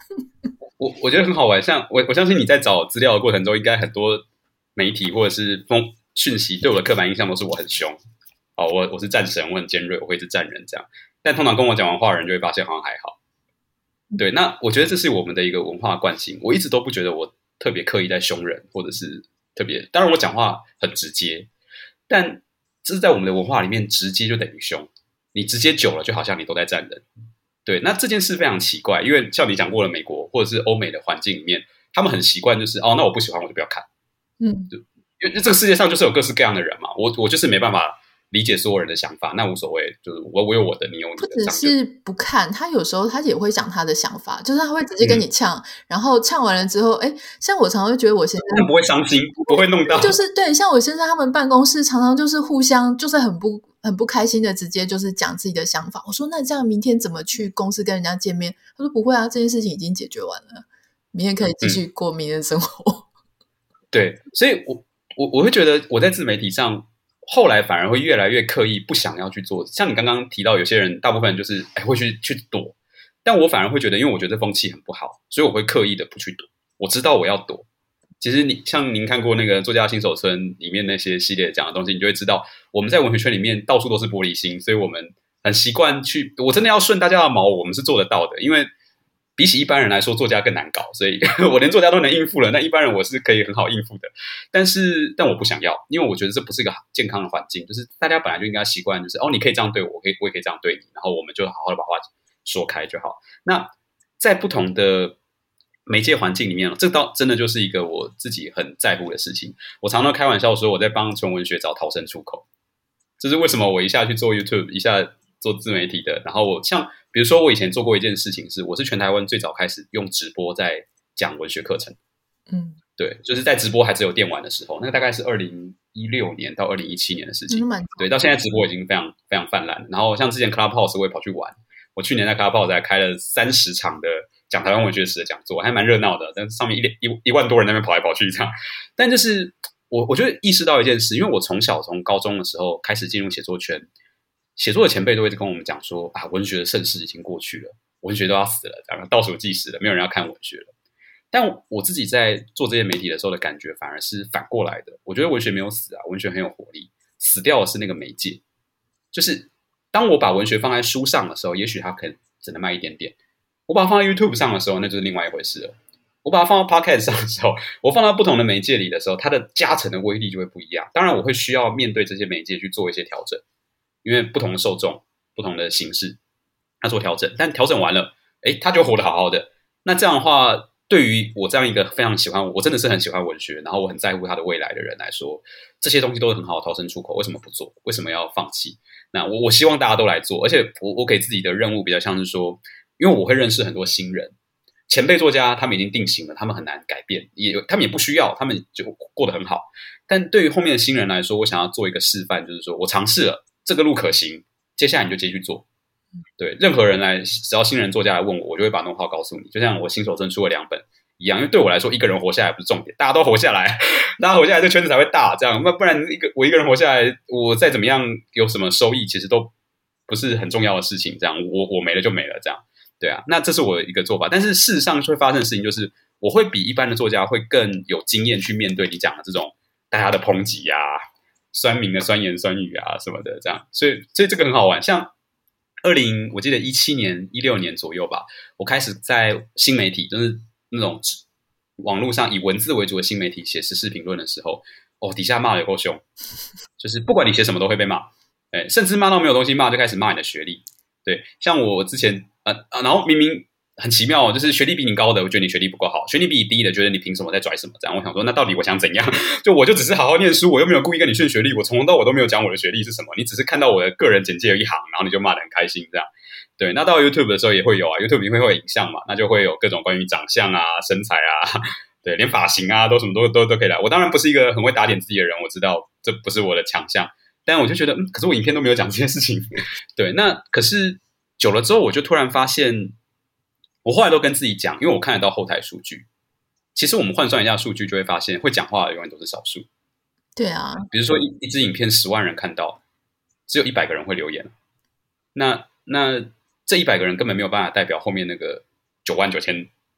我我觉得很好玩，像我我相信你在找资料的过程中，应该很多媒体或者是风讯息对我的刻板印象都是我很凶，哦，我我是战神，我很尖锐，我会是战人这样。但通常跟我讲完话的人就会发现好像还好。对，那我觉得这是我们的一个文化惯性。我一直都不觉得我特别刻意在凶人，或者是特别，当然我讲话很直接，但这是在我们的文化里面，直接就等于凶。你直接久了，就好像你都在战人。对，那这件事非常奇怪，因为像你讲过了，美国或者是欧美的环境里面，他们很习惯就是哦，那我不喜欢我就不要看。 嗯， 因为这个世界上就是有各式各样的人嘛，我我就是没办法理解所有人的想法，那无所谓，就是我我有我的，你有你的。 不只是不看，他有时候他也会讲他的想法，就是他会直接跟你呛，嗯、然后呛完了之后，哎，像我常常会觉得我先生不会伤心，不会弄到， 就是对，像我先生他们办公室常常就是互相就是很不很不开心的，直接就是讲自己的想法。我说那这样明天怎么去公司跟人家见面？他说不会啊，这件事情已经解决完了，明天可以继续过明天的生活。嗯、 对，所以我我我会觉得我在自媒体上。后来反而会越来越刻意，不想要去做。像你刚刚提到，有些人大部分人就是哎会去去躲，但我反而会觉得，因为我觉得风气很不好，所以我会刻意的不去躲。我知道我要躲。其实你像您看过那个作家新手村里面那些系列讲的东西，你就会知道我们在文学圈里面到处都是玻璃心，所以我们很习惯去。我真的要顺大家的毛，我们是做得到的，因为。比起一般人来说，作家更难搞，所以我连作家都能应付了。那一般人我是可以很好应付的，但是但我不想要，因为我觉得这不是一个健康的环境。就是大家本来就应该习惯，就是哦，你可以这样对我，我可以我也可以这样对你，然后我们就好好的把话说开就好。那在不同的媒介环境里面，这倒真的就是一个我自己很在乎的事情。我常常开玩笑说，我在帮纯文学找逃生出口。这是为什么我一下去做 YouTube， 一下做自媒体的，然后我像。比如说，我以前做过一件事情是，我是全台湾最早开始用直播在讲文学课程。 嗯， 对，就是在直播还只有电玩的时候，那个大概是二零一六年到二零一七年的事情。 嗯、 对，到现在直播已经非常非常泛滥。然后像之前 Clubhouse 我也跑去玩，我去年在 Clubhouse 还开了三十场的讲台湾文学史的讲座，还蛮热闹的。但是上面一一一万多人在那边跑来跑去这样。但就是我我觉得意识到一件事，因为我从小从高中的时候开始进入写作圈。写作的前辈都会跟我们讲说啊，文学的盛世已经过去了，文学都要死了，这样倒数计时了，没有人要看文学了。但我自己在做这些媒体的时候的感觉反而是反过来的，我觉得文学没有死啊，文学很有活力，死掉的是那个媒介。就是当我把文学放在书上的时候，也许它可能只能卖一点点；我把它放在 YouTube 上的时候，那就是另外一回事了。我把它放到 Podcast 上的时候，我放到不同的媒介里的时候，它的加成的威力就会不一样。当然，我会需要面对这些媒介去做一些调整。因为不同的受众、不同的形式，他做调整，但调整完了，哎，他就活得好好的。那这样的话，对于我这样一个非常喜欢，我真的是很喜欢文学，然后我很在乎他的未来的人来说，这些东西都是很好的逃生出口。为什么不做？为什么要放弃？那我我希望大家都来做，而且我我给自己的任务比较像是说，因为我会认识很多新人。前辈作家他们已经定型了，他们很难改变，也他们也不需要，他们就过得很好。但对于后面的新人来说，我想要做一个示范，就是说我尝试了。这个路可行，接下来你就继续做。对，任何人来，只要新人作家来问我，我就会把弄号告诉你。就像我新手村出了两本一样，因为对我来说，一个人活下来不是重点，大家都活下来，大家活下来，这圈子才会大。这样，那不然一个我一个人活下来，我再怎么样有什么收益，其实都不是很重要的事情。这样，我我没了就没了。这样，对啊，那这是我的一个做法。但是事实上会发生的事情就是，我会比一般的作家会更有经验去面对你讲的这种大家的抨击啊。酸民的酸言酸语啊什么的，这样，所以所以这个很好玩。像二零，我记得一七年、一六年左右吧，我开始在新媒体，就是那种网络上以文字为主的新媒体写时事评论的时候，哦，底下骂的有够凶，就是不管你写什么都会被骂，哎，甚至骂到没有东西骂，就开始骂你的学历。对，像我之前呃啊，然后明明。很奇妙哦，就是学历比你高的，我觉得你学历不够好；学历比你低的，觉得你凭什么在拽什么？这样，我想说，那到底我想怎样？就我就只是好好念书，我又没有故意跟你炫学历，我从头到尾都没有讲我的学历是什么，你只是看到我的个人简介有一行，然后你就骂得很开心，这样。对，那到 YouTube 的时候也会有啊 ，YouTube 里面会有影像嘛，那就会有各种关于长相啊、身材啊，对，连发型啊都什么都都都可以来。我当然不是一个很会打点自己的人，我知道这不是我的强项，但我就觉得，嗯，可是我影片都没有讲这件事情。对，那可是久了之后，我就突然发现。我后来都跟自己讲，因为我看得到后台数据，其实我们换算一下数据，就会发现会讲话的永远都是少数。 对啊， 比如说一一支影片十万人看到，只有一百个人会留言，那那这一百个人根本没有办法代表后面那个九万九千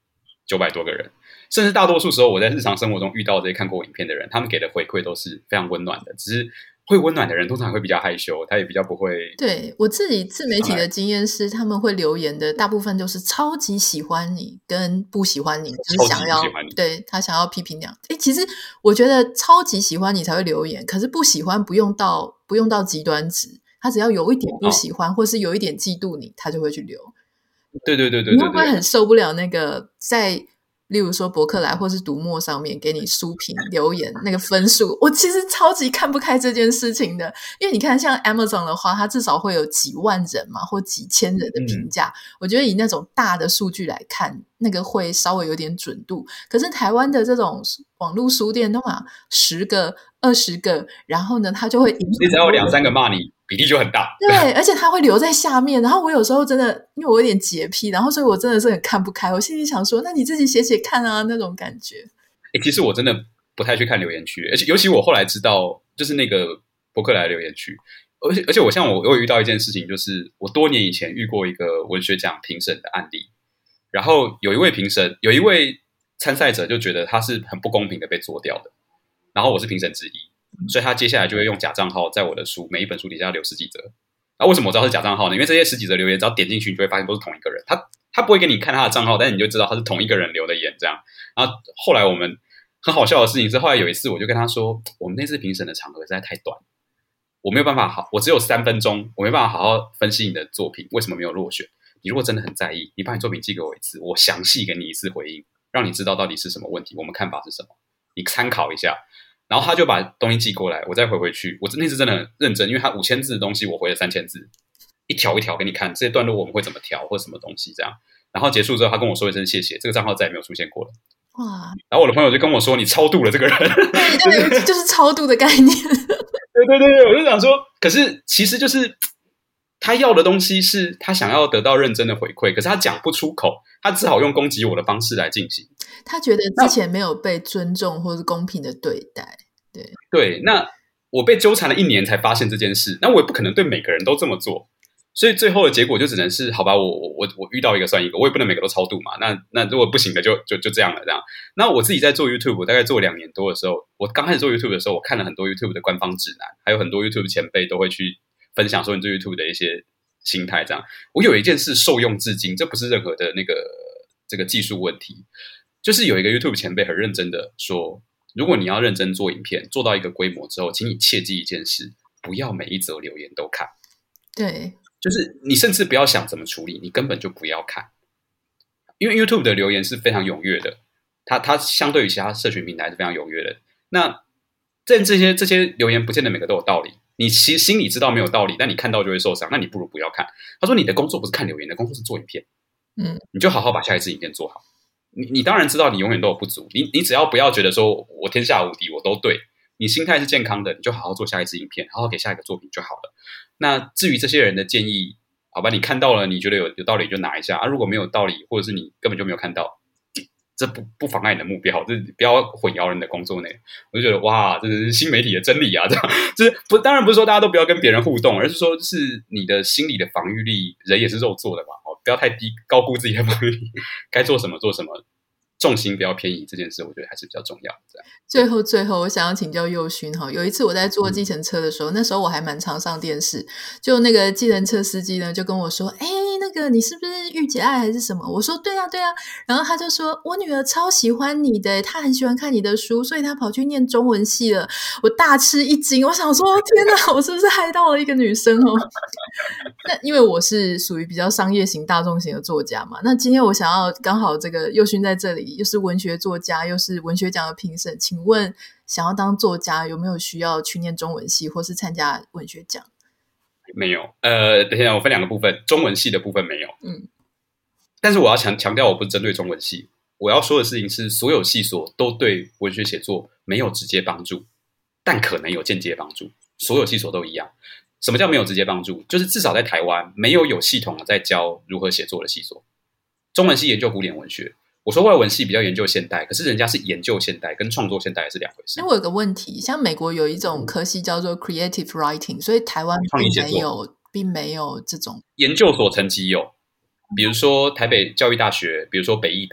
九百多个人，甚至大多数时候我在日常生活中遇到这些看过影片的人，他们给的回馈都是非常温暖的，只是会温暖的人通常会比较害羞，他也比较不会。 对，我自己自媒体的经验是，他们会留言的大部分就是超级喜欢你跟不喜欢你，就是想要对他想要批评两。诶，其实我觉得超级喜欢你才会留言，可是不喜欢不用到不用到极端值，他只要有一点不喜欢、哦、或是有一点嫉妒你，他就会去留。 对对对对对对， 你会不会很受不了那个在例如说博客来或是读墨上面给你书评留言那个分数？我其实超级看不开这件事情的，因为你看像 Amazon 的话，它至少会有几万人嘛，或几千人的评价、嗯、我觉得以那种大的数据来看，那个会稍微有点准度。可是台湾的这种网络书店都嘛十个二十个，然后呢它就会你只要有两三个骂你比例就很大。 对，而且它会留在下面，然后我有时候真的因为我有点洁癖，然后所以我真的是很看不开，我心里想说那你自己写写看啊，那种感觉。 欸、其实我真的不太去看留言区，而且尤其我后来知道就是那个博客来的留言区，而且而且我像我我有遇到一件事情，就是我多年以前遇过一个文学奖评审的案例，然后有一位评审有一位参赛者就觉得他是很不公平的被做掉的，然后我是评审之一，所以他接下来就会用假账号在我的书每一本书底下留十几则。那为什么我知道是假账号呢？因为这些十几则留言只要点进去你就会发现都是同一个人，他他不会给你看他的账号，但是你就知道他是同一个人留的言这样。然后后来我们很好笑的事情是，后来有一次我就跟他说，我们那次评审的场合实在太短，我没有办法好，我只有三分钟，我没办法好好分析你的作品为什么没有落选。你如果真的很在意，你把你作品寄给我一次，我详细给你一次回应，让你知道到底是什么问题，我们看法是什么，你参考一下。然后他就把东西寄过来，我再回回去。我那次真的很认真，因为他五千字的东西我回了三千字，一条一条给你看这些段落我们会怎么调或什么东西这样。然后结束之后他跟我说一声谢谢，这个账号再也没有出现过了。哇！然后我的朋友就跟我说你超度了这个人。 对对，就是超度的概念。 对对对对，我就想说，可是其实就是他要的东西是他想要得到认真的回馈，可是他讲不出口，他只好用攻击我的方式来进行。 他觉得之前没有被尊重或是公平的对待。对对，那我被纠缠了一年才发现这件事，那我也不可能对每个人都这么做，所以最后的结果就只能是好吧，我我我遇到一个算一个，我也不能每个都超度嘛。那那如果不行的就就就这样了这样。那我自己在做 YouTube， 我大概做两年多的时候，我刚开始做 YouTube 的时候，我看了很多 YouTube 的官方指南，还有很多 YouTube 前辈都会去分享说你做 YouTube 的一些心态这样。我有一件事受用至今，这不是任何的那个这个技术问题，就是有一个 YouTube 前辈很认真的说，如果你要认真做影片做到一个规模之后，请你切记一件事，不要每一则留言都看。 对， 就是你甚至不要想怎么处理，你根本就不要看，因为 YouTube 的留言是非常踊跃的，它它相对于其他社群平台是非常踊跃的。那这这些这些留言不见得每个都有道理，你其实心里知道没有道理，但你看到就会受伤，那你不如不要看。他说你的工作不是看留言，你的工作是做影片，嗯，你就好好把下一支影片做好。你你当然知道你永远都有不足，你你只要不要觉得说我天下无敌我都对，你心态是健康的，你就好好做下一支影片，好好给下一个作品就好了。那至于这些人的建议，好吧，你看到了你觉得有有道理就拿一下啊，如果没有道理或者是你根本就没有看到，这不不妨碍你的目标，这不要混淆人的工作内容。我就觉得哇，这是新媒体的真理啊！这样就是不，当然不是说大家都不要跟别人互动，而是说就是你的心理的防御力，人也是肉做的嘛，哦，不要太低高估自己的防御力，该做什么做什么，重心不要偏移，这件事我觉得还是比较重要的。 最后最后我想要请教佑勋哈，有一次我在坐计程车的时候、嗯、那时候我还蛮常上电视，就那个计程车司机呢就跟我说，哎，那个你是不是御姐爱还是什么？我说对啊对啊，然后他就说我女儿超喜欢你的，她很喜欢看你的书，所以她跑去念中文系了。我大吃一惊，我想说天哪，我是不是害到了一个女生哦？那因为我是属于比较商业型大众型的作家嘛，那今天我想要刚好这个佑勋在这里，又是文学作家又是文学奖的评审，请问想要当作家有没有需要去念中文系或是参加文学奖？ 没有，呃，等一下我分两个部分，中文系的部分没有，嗯，但是我要强强调我不是针对中文系，我要说的事情是所有系所都对文学写作没有直接帮助，但可能有间接帮助，所有系所都一样。什么叫没有直接帮助？就是至少在台湾没有有系统的在教如何写作的系所。中文系研究古典文学，我说外文系比较研究现代，可是人家是研究现代跟创作现代是两回事。 因为我有个问题，像美国有一种科系叫做 creative writing， 所以台湾并没有并没有这种研究所层级有，比如说台北教育大学，比如说北艺大，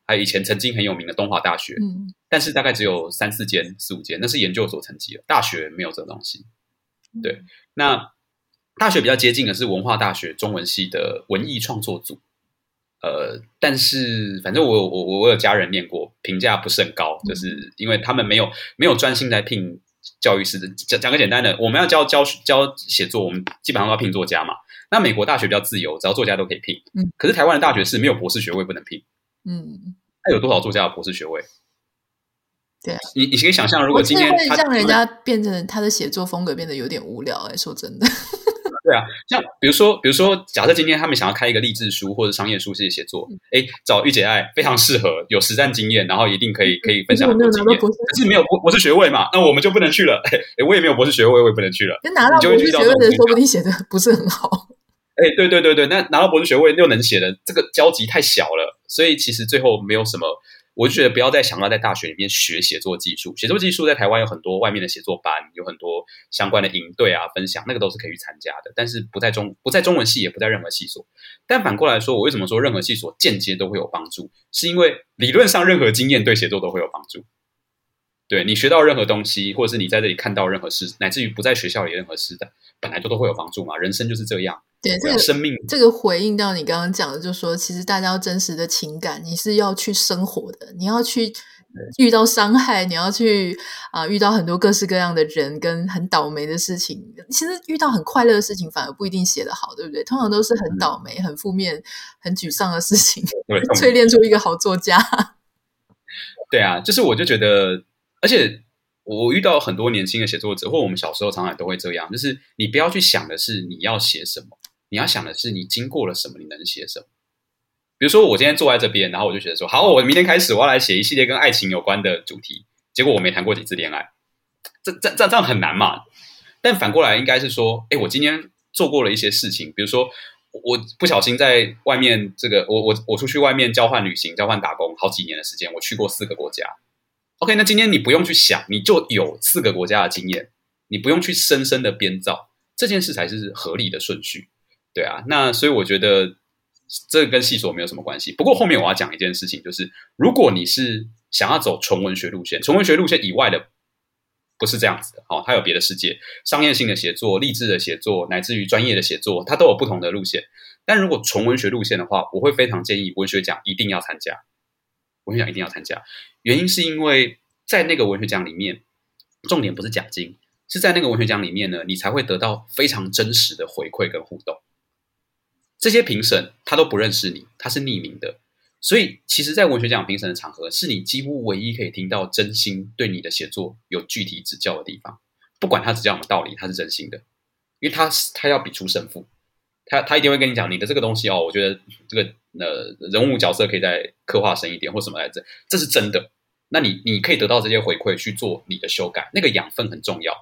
还有以前曾经很有名的东华大学，嗯，但是大概只有三四间、四五间，那是研究所层级了，大学没有这个东西。对，那大学比较接近的是文化大学中文系的文艺创作组，呃，但是反正我我我有家人念过，评价不是很高，就是因为他们没有没有专心在聘教育师的。讲讲个简单的，我们要教教教写作，我们基本上都要聘作家嘛。那美国大学比较自由，只要作家都可以聘，嗯，可是台湾的大学是没有博士学位不能聘，嗯，那有多少作家有博士学位？ 对啊， 你你可以想象，如果今天会让人家变成他的写作风格变得有点无聊、欸、说真的。 对啊，像比如说，比如说，假设今天他们想要开一个励志书或者商业书系的写作，哎、嗯，找御姐爱非常适合，有实战经验，然后一定可以可以分享很多经验。可是没有博士学位嘛，那我们就不能去了。哎，我也没有博士学位，我也不能去了。 那拿到博士学位的人，说不定写的不是很好。 哎，对对对对，那拿到博士学位又能写的，这个交集太小了，所以其实最后没有什么。我就觉得不要再想到在大学里面学写作技术，写作技术在台湾有很多外面的写作班，有很多相关的营队啊分享，那个都是可以去参加的，但是不在中不在中文系，也不在任何系所。但反过来说，我为什么说任何系所间接都会有帮助，是因为理论上任何经验对写作都会有帮助。对，你学到任何东西，或者是你在这里看到任何事，乃至于不在学校里任何事的，本来就都会有帮助嘛，人生就是这样。 对，这个生命这个回应到你刚刚讲的，就是说其实大家要真实的情感，你是要去生活的，你要去遇到伤害，你要去啊、呃、遇到很多各式各样的人跟很倒霉的事情。其实遇到很快乐的事情反而不一定写得好，对不对？通常都是很倒霉、很负面、很沮丧的事情，淬炼出一个好作家。 对啊，就是我就觉得，而且我遇到很多年轻的写作者，或我们小时候常常都会这样，就是你不要去想的是你要写什么，你要想的是你经过了什么，你能写什么。比如说我今天坐在这边，然后我就觉得说，好，我明天开始我要来写一系列跟爱情有关的主题，结果我没谈过几次恋爱，这这这这样很难嘛。但反过来应该是说，哎，我今天做过了一些事情，比如说我不小心在外面这个，我我我出去外面交换旅行、交换打工好几年的时间，我去过四个国家。OK， 那今天你不用去想，你就有四个国家的经验，你不用去深深的编造，这件事才是合理的顺序。对啊，那所以我觉得这跟系所没有什么关系。不过后面我要讲一件事情，就是如果你是想要走纯文学路线，纯文学路线以外的不是这样子的，哦，它有别的世界，商业性的写作、励志的写作，乃至于专业的写作，它都有不同的路线。但如果纯文学路线的话，我会非常建议文学奖一定要参加。文学奖一定要参加，原因是因为在那个文学奖里面，重点不是奖金，是在那个文学奖里面呢，你才会得到非常真实的回馈跟互动。这些评审他都不认识你，他是匿名的，所以其实在文学奖评审的场合，是你几乎唯一可以听到真心对你的写作有具体指教的地方。不管他指教什么道理，他是真心的，因为他他要比出胜负。他他一定会跟你讲，你的这个东西哦，我觉得这个呃人物角色可以再刻画深一点，或什么来着，这是真的。那你你可以得到这些回馈去做你的修改，那个养分很重要。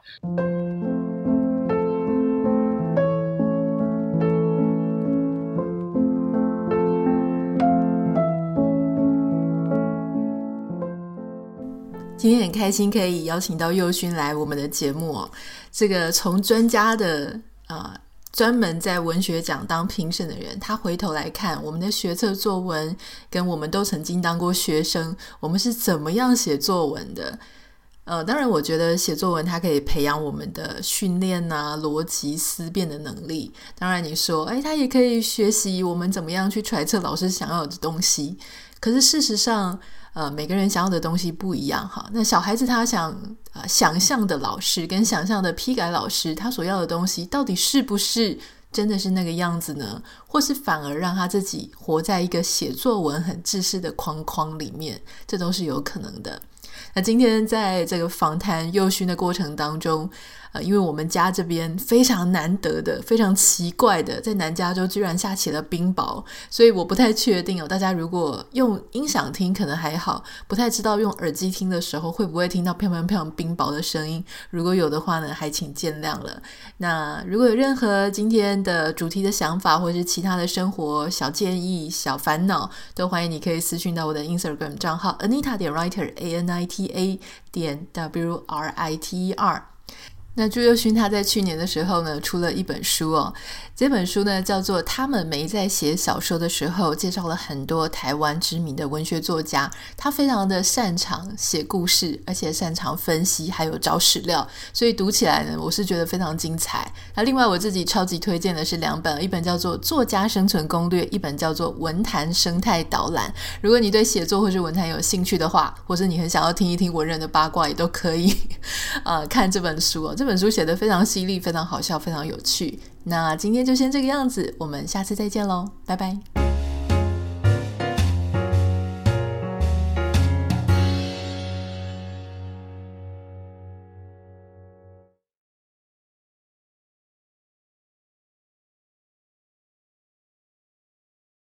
今天很开心可以邀请到佑勋来我们的节目哦。这个从专家的啊。呃专门在文学奖当评审的人，他回头来看我们的学测作文，跟我们都曾经当过学生，我们是怎么样写作文的。呃，当然我觉得写作文它可以培养我们的训练啊、逻辑思辨的能力。当然你说诶它也可以学习我们怎么样去揣测老师想要的东西，可是事实上呃，每个人想要的东西不一样哈。那小孩子他想、呃、想象的老师跟想象的批改老师，他所要的东西到底是不是真的是那个样子呢？或是反而让他自己活在一个写作文很制式的框框里面，这都是有可能的。那今天在这个访谈佑勋的过程当中，呃，因为我们家这边非常难得的、非常奇怪的，在南加州居然下起了冰雹，所以我不太确定哦。大家如果用音响听可能还好，不太知道用耳机听的时候会不会听到砰砰砰冰雹的声音。如果有的话呢，还请见谅了。那如果有任何今天的主题的想法，或者是其他的生活小建议、小烦恼，都欢迎你可以私讯到我的 Instagram 账号 Anita 点 Writer A N I T A 点 W R I T E R。 那朱宥勋他在去年的时候呢出了一本书哦，这本书呢叫做《他们没在写小说的时候》，介绍了很多台湾知名的文学作家，他非常的擅长写故事，而且擅长分析还有找史料，所以读起来呢我是觉得非常精彩。那另外我自己超级推荐的是两本，一本叫做《作家生存攻略》，一本叫做《文坛生态导览》。如果你对写作或是文坛有兴趣的话，或者你很想要听一听文人的八卦，也都可以呃，看这本书哦。这本书写得非常犀利，非常好笑，非常有趣。那今天就先这个样子，我们下次再见咯，拜拜。